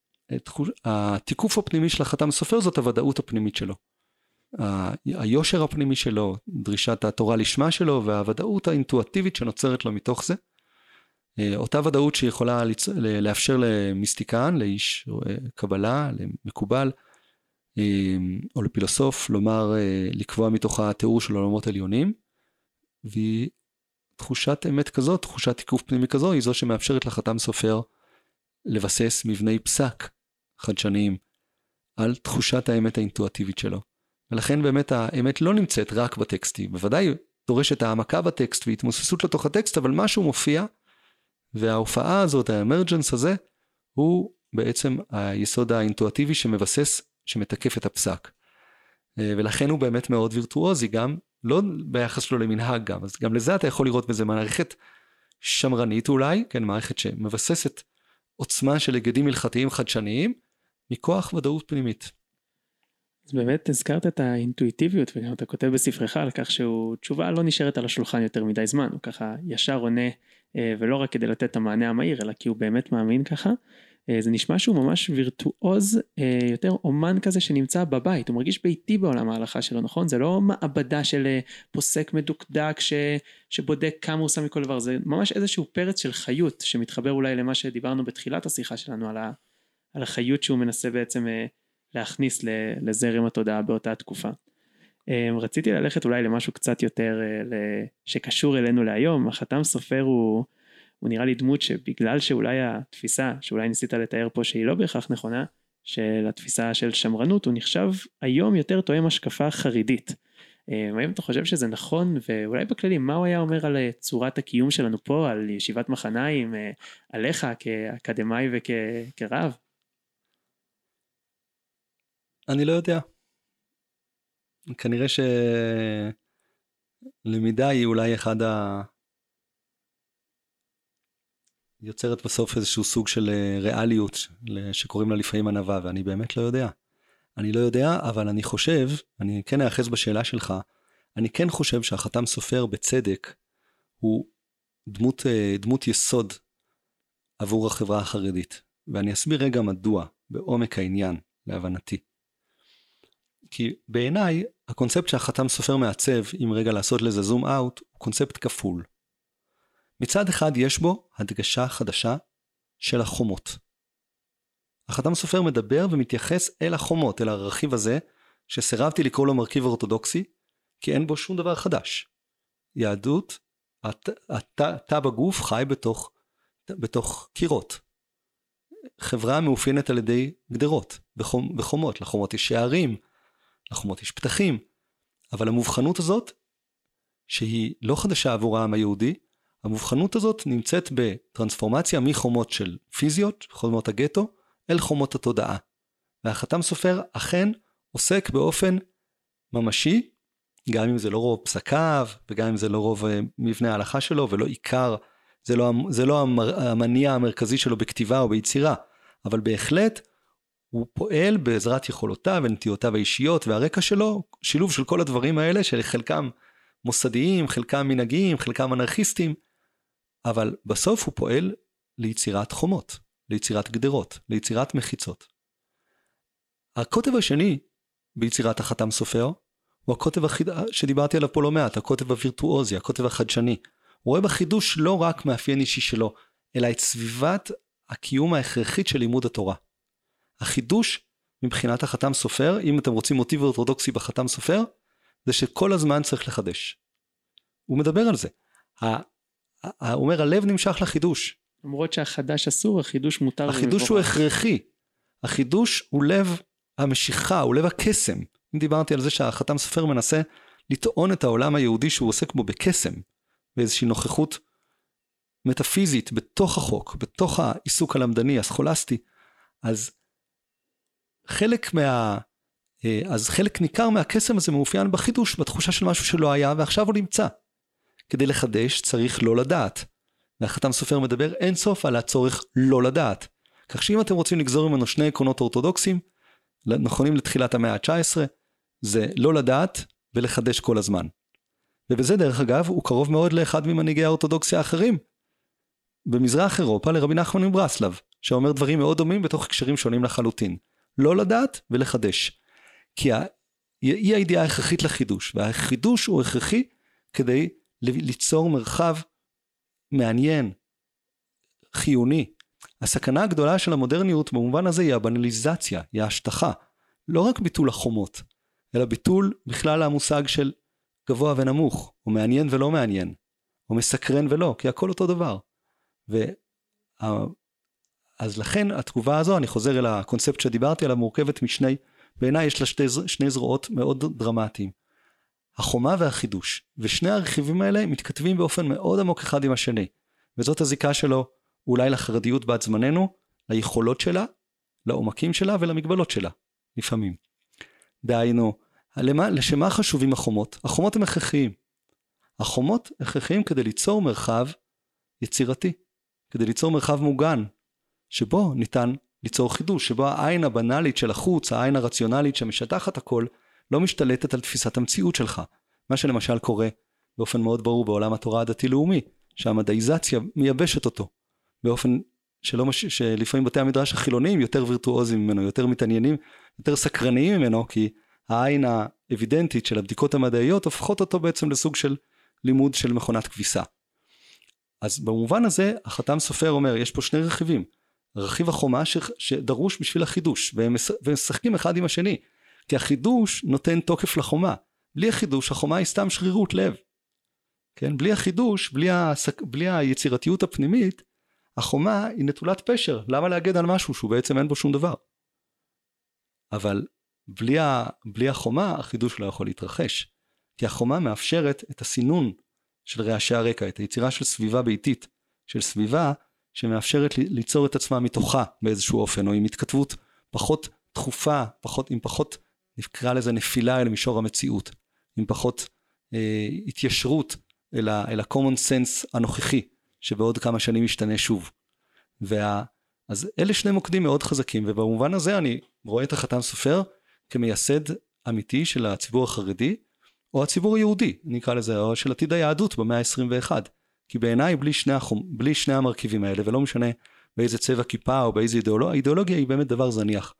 התיקוף הפנימי של החתם סופר זאת הוודאות הפנימית שלו. היושר הפנימי שלו, דרישת התורה לשמה שלו, והוודאות האינטואטיבית שנוצרת לו מתוך זה. אותה ודאות שיכולה לאפשר למיסטיקן, לאיש קבלה, למקובל, או לפילוסוף, לומר, לקבוע מתוך התיאור של עולמות עליונים, והיא תחושת אמת כזו, תחושת תיקוף פנימי כזו, היא זו שמאפשרת לחתם סופר לבסס מבני פסק חדשניים על תחושת האמת האינטואטיבית שלו. ולכן באמת האמת לא נמצאת רק בטקסטים, בוודאי דורשת העמקה בטקסט והתמוססות לתוך הטקסט, אבל משהו מופיע, וההופעה הזאת, האמרג'נס הזה, הוא בעצם היסוד האינטואטיבי שמבסס, שמתקף את הפסק. ולכן הוא באמת מאוד וירטואוזי, גם לא ביחס שלו למנהג גם, אז גם לזה אתה יכול לראות בזה מערכת שמרנית אולי, כן, מערכת שמבססת עוצמה של היגדים הלכתיים חדשניים, מכוח ודאות פנימית. אז באמת הזכרת את האינטואיטיביות, וגם אתה כותב בספרך על כך שהוא תשובה לא נשארת על השולחן יותר מדי זמן, הוא ככה ישר עונה, ולא רק כדי לתת את המענה המהיר, אלא כי הוא באמת מאמין ככה. זה נשמע שהוא ממש וירטואוז, יותר אומן כזה שנמצא בבית, הוא מרגיש ביתי בעולם ההלכה שלו, נכון? זה לא מעבדה של פוסק מדוקדק ש... שבודק כמה הוא עושה מכל דבר, זה ממש איזשהו פרץ של חיות, שמתחבר אולי למה שדיברנו בתחילת השיחה שלנו, על, ה... על החיות שהוא מנסה בעצם להכניס לזרם התודעה באותה תקופה. רציתי ללכת אולי למשהו קצת יותר שקשור אלינו להיום. החתם סופר הוא... הוא נראה לי דמות שבגלל שאולי התפיסה, שאולי ניסית לתאר פה שהיא לא בהכרח נכונה, של התפיסה של שמרנות, הוא נחשב היום יותר תואם השקפה חרדית. האם אתה חושב שזה נכון, ואולי בכללי, מה הוא היה אומר על צורת הקיום שלנו פה, על ישיבת מחניים, עליך כאקדמאי וכרב? אני לא יודע. כנראה שלמידה היא אולי אחד ה... יוצרת בסוף איזשהו סוג של ריאליות שקוראים לה לפעמים ענווה, ואני באמת לא יודע. אני לא יודע, אבל אני חושב, אני כן אאחז בשאלה שלך, אני כן חושב שהחתם סופר בצדק הוא דמות, דמות יסוד עבור החברה החרדית. ואני אסביר רגע מדוע, בעומק העניין, להבנתי. כי בעיניי, הקונספט שהחתם סופר מעצב, אם רגע לעשות לזה זום אאוט, הוא קונספט כפול. מצד אחד יש בו הדגשה חדשה של החומות. החתם סופר מדבר ומתייחס אל החומות, אל הרכיב הזה, שסירבתי לקרוא לו מרכיב אורתודוקסי, כי אין בו שום דבר חדש. יהדות, התא בגוף חי בתוך, בתוך קירות. חברה מאופיינת על ידי גדרות וחומות. לחומות יש שערים, לחומות יש פתחים, אבל המובחנות הזאת, שהיא לא חדשה עבור העם היהודי, המובחנות הזאת נמצאת בטרנספורמציה מחומות של פיזיות, חומות הגטו, אל חומות התודעה. והחתם סופר אכן עוסק באופן ממשי, גם אם זה לא רוב פסקיו, וגם אם זה לא רוב מבנה ההלכה שלו, ולא עיקר, זה לא, זה לא המניע המרכזי שלו בכתיבה או ביצירה, אבל בהחלט הוא פועל בעזרת יכולותיו ונטיותיו האישיות והרקע שלו, שילוב של כל הדברים האלה, שחלקם מוסדיים, חלקם מנהגיים, חלקם אנרכיסטים, אבל בסוף הוא פועל ליצירת חומות, ליצירת גדרות, ליצירת מחיצות. הקוטב השני ביצירת החתם סופר, הוא הקוטב שדיברתי עליו פה לא מעט, הקוטב הווירטואוזי, הקוטב החדשני. הוא רואה בחידוש לא רק מאפיין אישי שלו, אלא את סביבת הקיום ההכרחית של לימוד התורה. החידוש מבחינת החתם סופר, אם אתם רוצים מוטיב אורתודוקסי בחתם סופר, זה שכל הזמן צריך לחדש. הוא מדבר על זה. הוא אומר, הלב נמשך לחידוש. למרות שהחדש אסור, החידוש מותר. החידוש הוא הכרחי. החידוש הוא לב המשיכה, הוא לב הקסם. אם דיברתי על זה שהחתם סופר מנסה לטעון את העולם היהודי שהוא עוסק בו בקסם, באיזושהי נוכחות מטאפיזית בתוך החוק, בתוך העיסוק הלמדני, הסכולסטי, אז חלק מה... אז חלק ניכר מהקסם הזה מאופיין בחידוש, בתחושה של משהו שלא היה, ועכשיו הוא נמצא. כדי לחדש צריך לא לדעת. והחתם סופר מדבר אין סוף על הצורך לא לדעת. כך שאם אתם רוצים לגזור ממנו שני עקרונות אורתודוקסיים, נכונים לתחילת המאה ה-תשע עשרה, זה לא לדעת ולחדש כל הזמן. ובזה דרך אגב הוא קרוב מאוד לאחד ממנהיגי האורתודוקסיה האחרים. במזרח אירופה לרבי נחמן מברסלב, שאומר דברים מאוד דומים בתוך הקשרים שונים לחלוטין. לא לדעת ולחדש. כי היא הידיעה ההכרחית לחידוש, והחידוש הוא הכרחי כדי ליצור מרחב מעניין, חיוני. הסכנה הגדולה של המודרניות במובן הזה היא הבנליזציה, היא ההשטחה. לא רק ביטול החומות, אלא ביטול בכלל המושג של גבוה ונמוך, או מעניין ולא מעניין, או מסקרן ולא, כי הכל אותו דבר. ו... אז לכן התגובה הזו, אני חוזר אל הקונספט שדיברתי עליו, מורכבת משני, בעיניי יש לה שתי, שני זרועות מאוד דרמטיים. החומה והחידוש, ושני הרכיבים האלה מתכתבים באופן מאוד עמוק אחד עם השני, וזאת הזיקה שלו אולי לחרדיות בת זמננו, ליכולות שלה, לעומקים שלה ולמגבלות שלה, לפעמים. דהיינו, למה, לשמה חשובים החומות? החומות הם הכרחיים. החומות הכרחיים כדי ליצור מרחב יצירתי, כדי ליצור מרחב מוגן, שבו ניתן ליצור חידוש, שבו העין הבנלית של החוץ, העין הרציונלית שמשטחת הכל, לא משתלטת על תפיסת המציאות שלך. מה שלמשל קורה באופן מאוד ברור בעולם התורה הדתי-לאומי, שהמדעיזציה מייבשת אותו, באופן שלא מש... שלפעמים בתי המדרש החילוניים יותר וירטואוזים ממנו, יותר מתעניינים, יותר סקרניים ממנו, כי העין האבידנטית של הבדיקות המדעיות הופכות אותו בעצם לסוג של לימוד של מכונת כביסה. אז במובן הזה החתם סופר אומר, יש פה שני רכיבים, רכיב החומה ש... שדרוש בשביל החידוש, והם, מש... והם משחקים אחד עם השני, כי החידוש נותן תוקף לחומה, בלי החידוש החומה היא סתם שרירות לב, כן? בלי החידוש, בלי, הסק... בלי היצירתיות הפנימית, החומה היא נטולת פשר, למה להגד על משהו שהוא בעצם אין בו שום דבר? אבל בלי, ה... בלי החומה החידוש לא יכול להתרחש, כי החומה מאפשרת את הסינון של רעשי הרקע, את היצירה של סביבה ביתית, של סביבה שמאפשרת ליצור את עצמה מתוכה באיזשהו אופן, או עם התכתבות פחות תכופה, פחות, עם פחות, נקרא לזה נפילה אל מישור המציאות, עם פחות אה, התיישרות אל ה, אל ה-common sense הנוכחי, שבעוד כמה שנים ישתנה שוב. וה, אז אלה שני מוקדים מאוד חזקים, ובמובן הזה אני רואה את החתם סופר כמייסד אמיתי של הציבור החרדי, או הציבור היהודי, נקרא לזה, או של עתיד היהדות במאה ה-עשרים ואחת. כי בעיניי בלי שני, החום, בלי שני המרכיבים האלה, ולא משנה באיזה צבע כיפה או באיזה אידיאולוגיה, האידיאולוגיה היא באמת דבר זניח.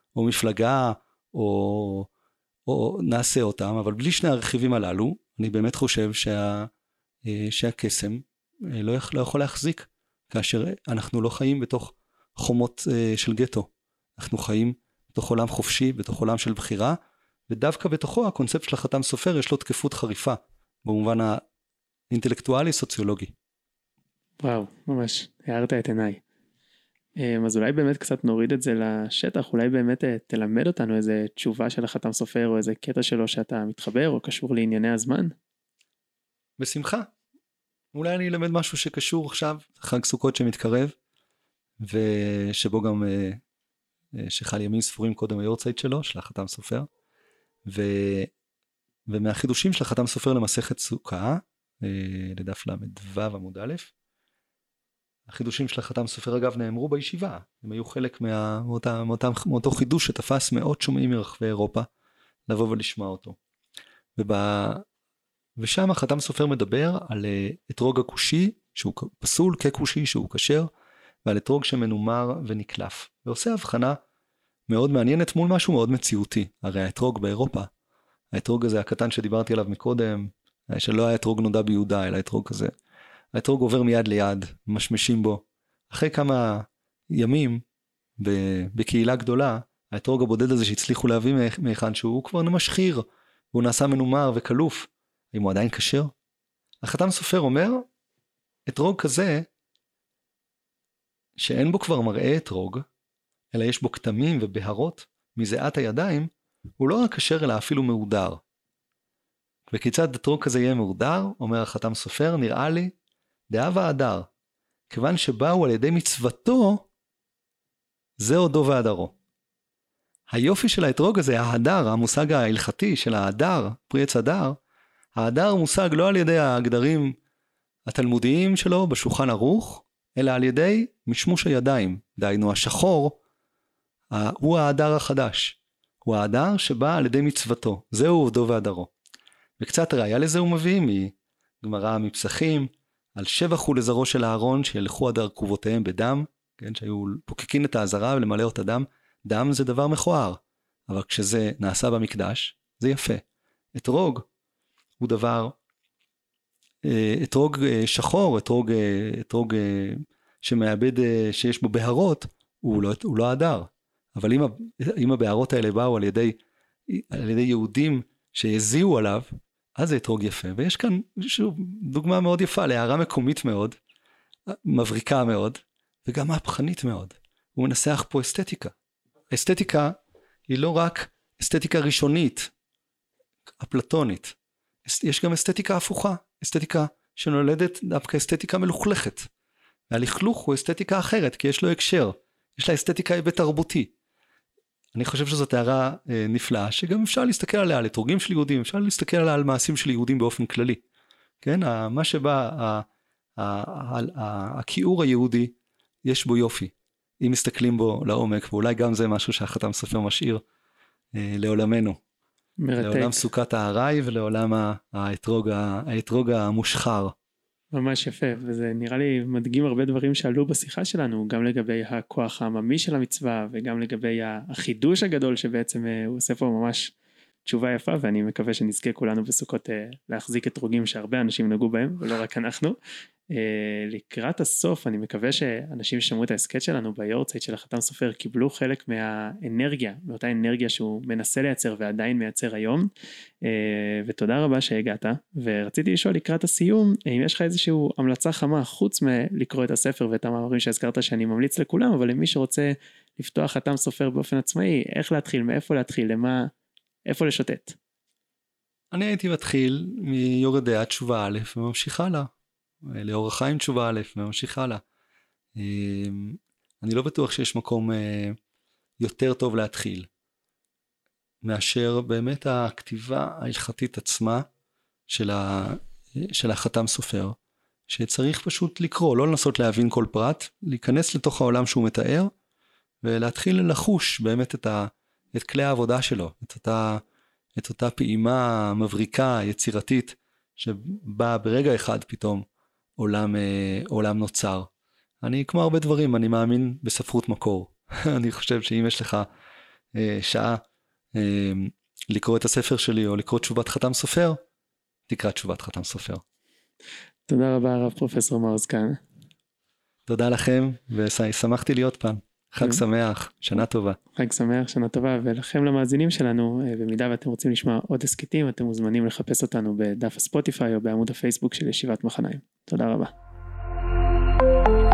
או מפלגה, או, או נעשה אותם, אבל בלי שני הרכיבים הללו, אני באמת חושב שה, שהקסם לא, לא יכול להחזיק, כאשר אנחנו לא חיים בתוך חומות של גטו, אנחנו חיים בתוך עולם חופשי, בתוך עולם של בחירה, ודווקא בתוכו הקונספט של החתם סופר יש לו תקפות חריפה, במובן האינטלקטואלי סוציולוגי. וואו, ממש, הערת את עיניי. אז אולי באמת קצת נוריד את זה לשטח, אולי באמת תלמד אותנו איזה תשובה של החתם סופר, או איזה קטע שלו שאתה מתחבר, או קשור לענייני הזמן? בשמחה. אולי אני אלמד משהו שקשור עכשיו, חג סוכות שמתקרב, ושבו גם שחל ימים ספורים קודם היורצייט שלו, של החתם סופר, ו... ומהחידושים של החתם סופר למסכת סוכה, לדף למדו עמוד א', החידושים של החתם סופר אגב נאמרו בישיבה, הם היו חלק מה... מאותה, מאותה, מאותו חידוש שתפס מאות שומעים מרחבי אירופה, לבוא ולשמוע אותו. וב... ושם החתם סופר מדבר על אתרוג הכושי, שהוא פסול ככושי, שהוא כשר, ועל אתרוג שמנומר ונקלף, ועושה הבחנה מאוד מעניינת מול משהו מאוד מציאותי. הרי האתרוג באירופה, האתרוג הזה הקטן שדיברתי עליו מקודם, שלא היה אתרוג נודע ביהודה, אלא אתרוג כזה, האתרוג עובר מיד ליד, משמשים בו. אחרי כמה ימים, בקהילה גדולה, האתרוג הבודד הזה שהצליחו להביא מאחד שהוא כבר משחיר, והוא נעשה מנומר וקלוף, אם הוא עדיין כשר. החתם סופר אומר, אתרוג כזה, שאין בו כבר מראה אתרוג, אלא יש בו כתמים ובהרות מזיעת הידיים, הוא לא רק כשר אלא אפילו מהודר. וכיצד אתרוג כזה יהיה מהודר, אומר החתם סופר, נראה לי, דאב האדר, כיוון שבאו על ידי מצוותו, זה עודו והדרו. היופי של האתרוג הזה, ההדר, המושג ההלכתי של ההדר, פרי עץ הדר, ההדר מושג לא על ידי ההגדרים התלמודיים שלו בשולחן ערוך, אלא על ידי משמוש הידיים, דהיינו השחור, הוא ההדר החדש, הוא ההדר שבא על ידי מצוותו, זהו עובדו והדרו. וקצת ראיה לזה הוא מביא מגמרא מפסחים, על שבח הוא לזרעו של אהרון, שילכו עד ארכובותיהם בדם, כן, שהיו פוקקים את העזרה ולמלא אותה דם, דם זה דבר מכוער, אבל כשזה נעשה במקדש, זה יפה. אתרוג הוא דבר, אתרוג שחור, אתרוג, אתרוג שמאבד, שיש בו בהרות, הוא לא, הוא לא הדר. אבל אם, אם הבהרות האלה באו על ידי, על ידי יהודים שהזיעו עליו, אז זה אתרוג יפה. ויש כאן שוב, דוגמה מאוד יפה, להערה מקומית מאוד, מבריקה מאוד, וגם מהפכנית מאוד. הוא מנסח פה אסתטיקה. האסתטיקה היא לא רק אסתטיקה ראשונית, אפלטונית. יש גם אסתטיקה הפוכה, אסתטיקה שנולדת דווקא אסתטיקה מלוכלכת. והלכלוך הוא אסתטיקה אחרת, כי יש לו הקשר. יש לה אסתטיקה היבט תרבותי. אני חושב שזאת הערה אה, נפלאה, שגם אפשר להסתכל עליה, על אתרוגים של יהודים, אפשר להסתכל עליה על מעשים של יהודים באופן כללי. כן, מה שבא, הכיעור היהודי, יש בו יופי. אם מסתכלים בו לעומק, ואולי גם זה משהו שהחתם סופר משאיר אה, לעולמנו. מרתק. לעולם סוכת הארעי ולעולם האתרוג, האתרוג המושחר. ממש יפה, וזה נראה לי מדגים הרבה דברים שעלו בשיחה שלנו, גם לגבי הכוח העממי של המצווה, וגם לגבי החידוש הגדול שבעצם הוא עושה פה ממש תשובה יפה, ואני מקווה שנזכה כולנו בסוכות להחזיק אתרוגים שהרבה אנשים נגעו בהם, ולא רק אנחנו. לקראת הסוף, אני מקווה שאנשים ששמעו את ההסקט שלנו ביורצייט של החתם סופר, קיבלו חלק מהאנרגיה, מאותה אנרגיה שהוא מנסה לייצר ועדיין מייצר היום, ותודה רבה שהגעת, ורציתי לשאול לקראת הסיום, אם יש לך איזושהי המלצה חמה, חוץ מלקרוא את הספר ואת המאמרים שהזכרת שאני ממליץ לכולם, אבל למי שרוצה לפתוח חתם סופר באופן עצמאי, איך להתחיל, מאיפה להתחיל, למה, איפה לשוטט? אני הייתי מתחיל מיורדי התשובה א' וממשיך הלאה. לאור החיים תשובה א' וממשיך הלאה. אני לא בטוח שיש מקום יותר טוב להתחיל, מאשר באמת הכתיבה ההלכתית עצמה של, ה, של החתם סופר, שצריך פשוט לקרוא, לא לנסות להבין כל פרט, להיכנס לתוך העולם שהוא מתאר, ולהתחיל לחוש באמת את, ה, את כלי העבודה שלו, את אותה, את אותה פעימה מבריקה, יצירתית, שבאה ברגע אחד פתאום, עולם, עולם נוצר. אני, כמו הרבה דברים, אני מאמין בספרות מקור. אני חושב שאם יש לך שעה לקרוא את הספר שלי או לקרוא תשובת חתם סופר, תקרא תשובת חתם סופר. תודה רבה הרב פרופסור מעוז כהנא. תודה לכם, ושמחתי להיות פעם. חג שמח, שנה טובה. חג שמח, שנה טובה, ולכם למאזינים שלנו, במידה ואתם רוצים לשמוע עוד הסקטים, אתם מוזמנים לחפש אותנו בדף הספוטיפיי או בעמוד הפייסבוק של ישיבת מחניים. תודה רבה.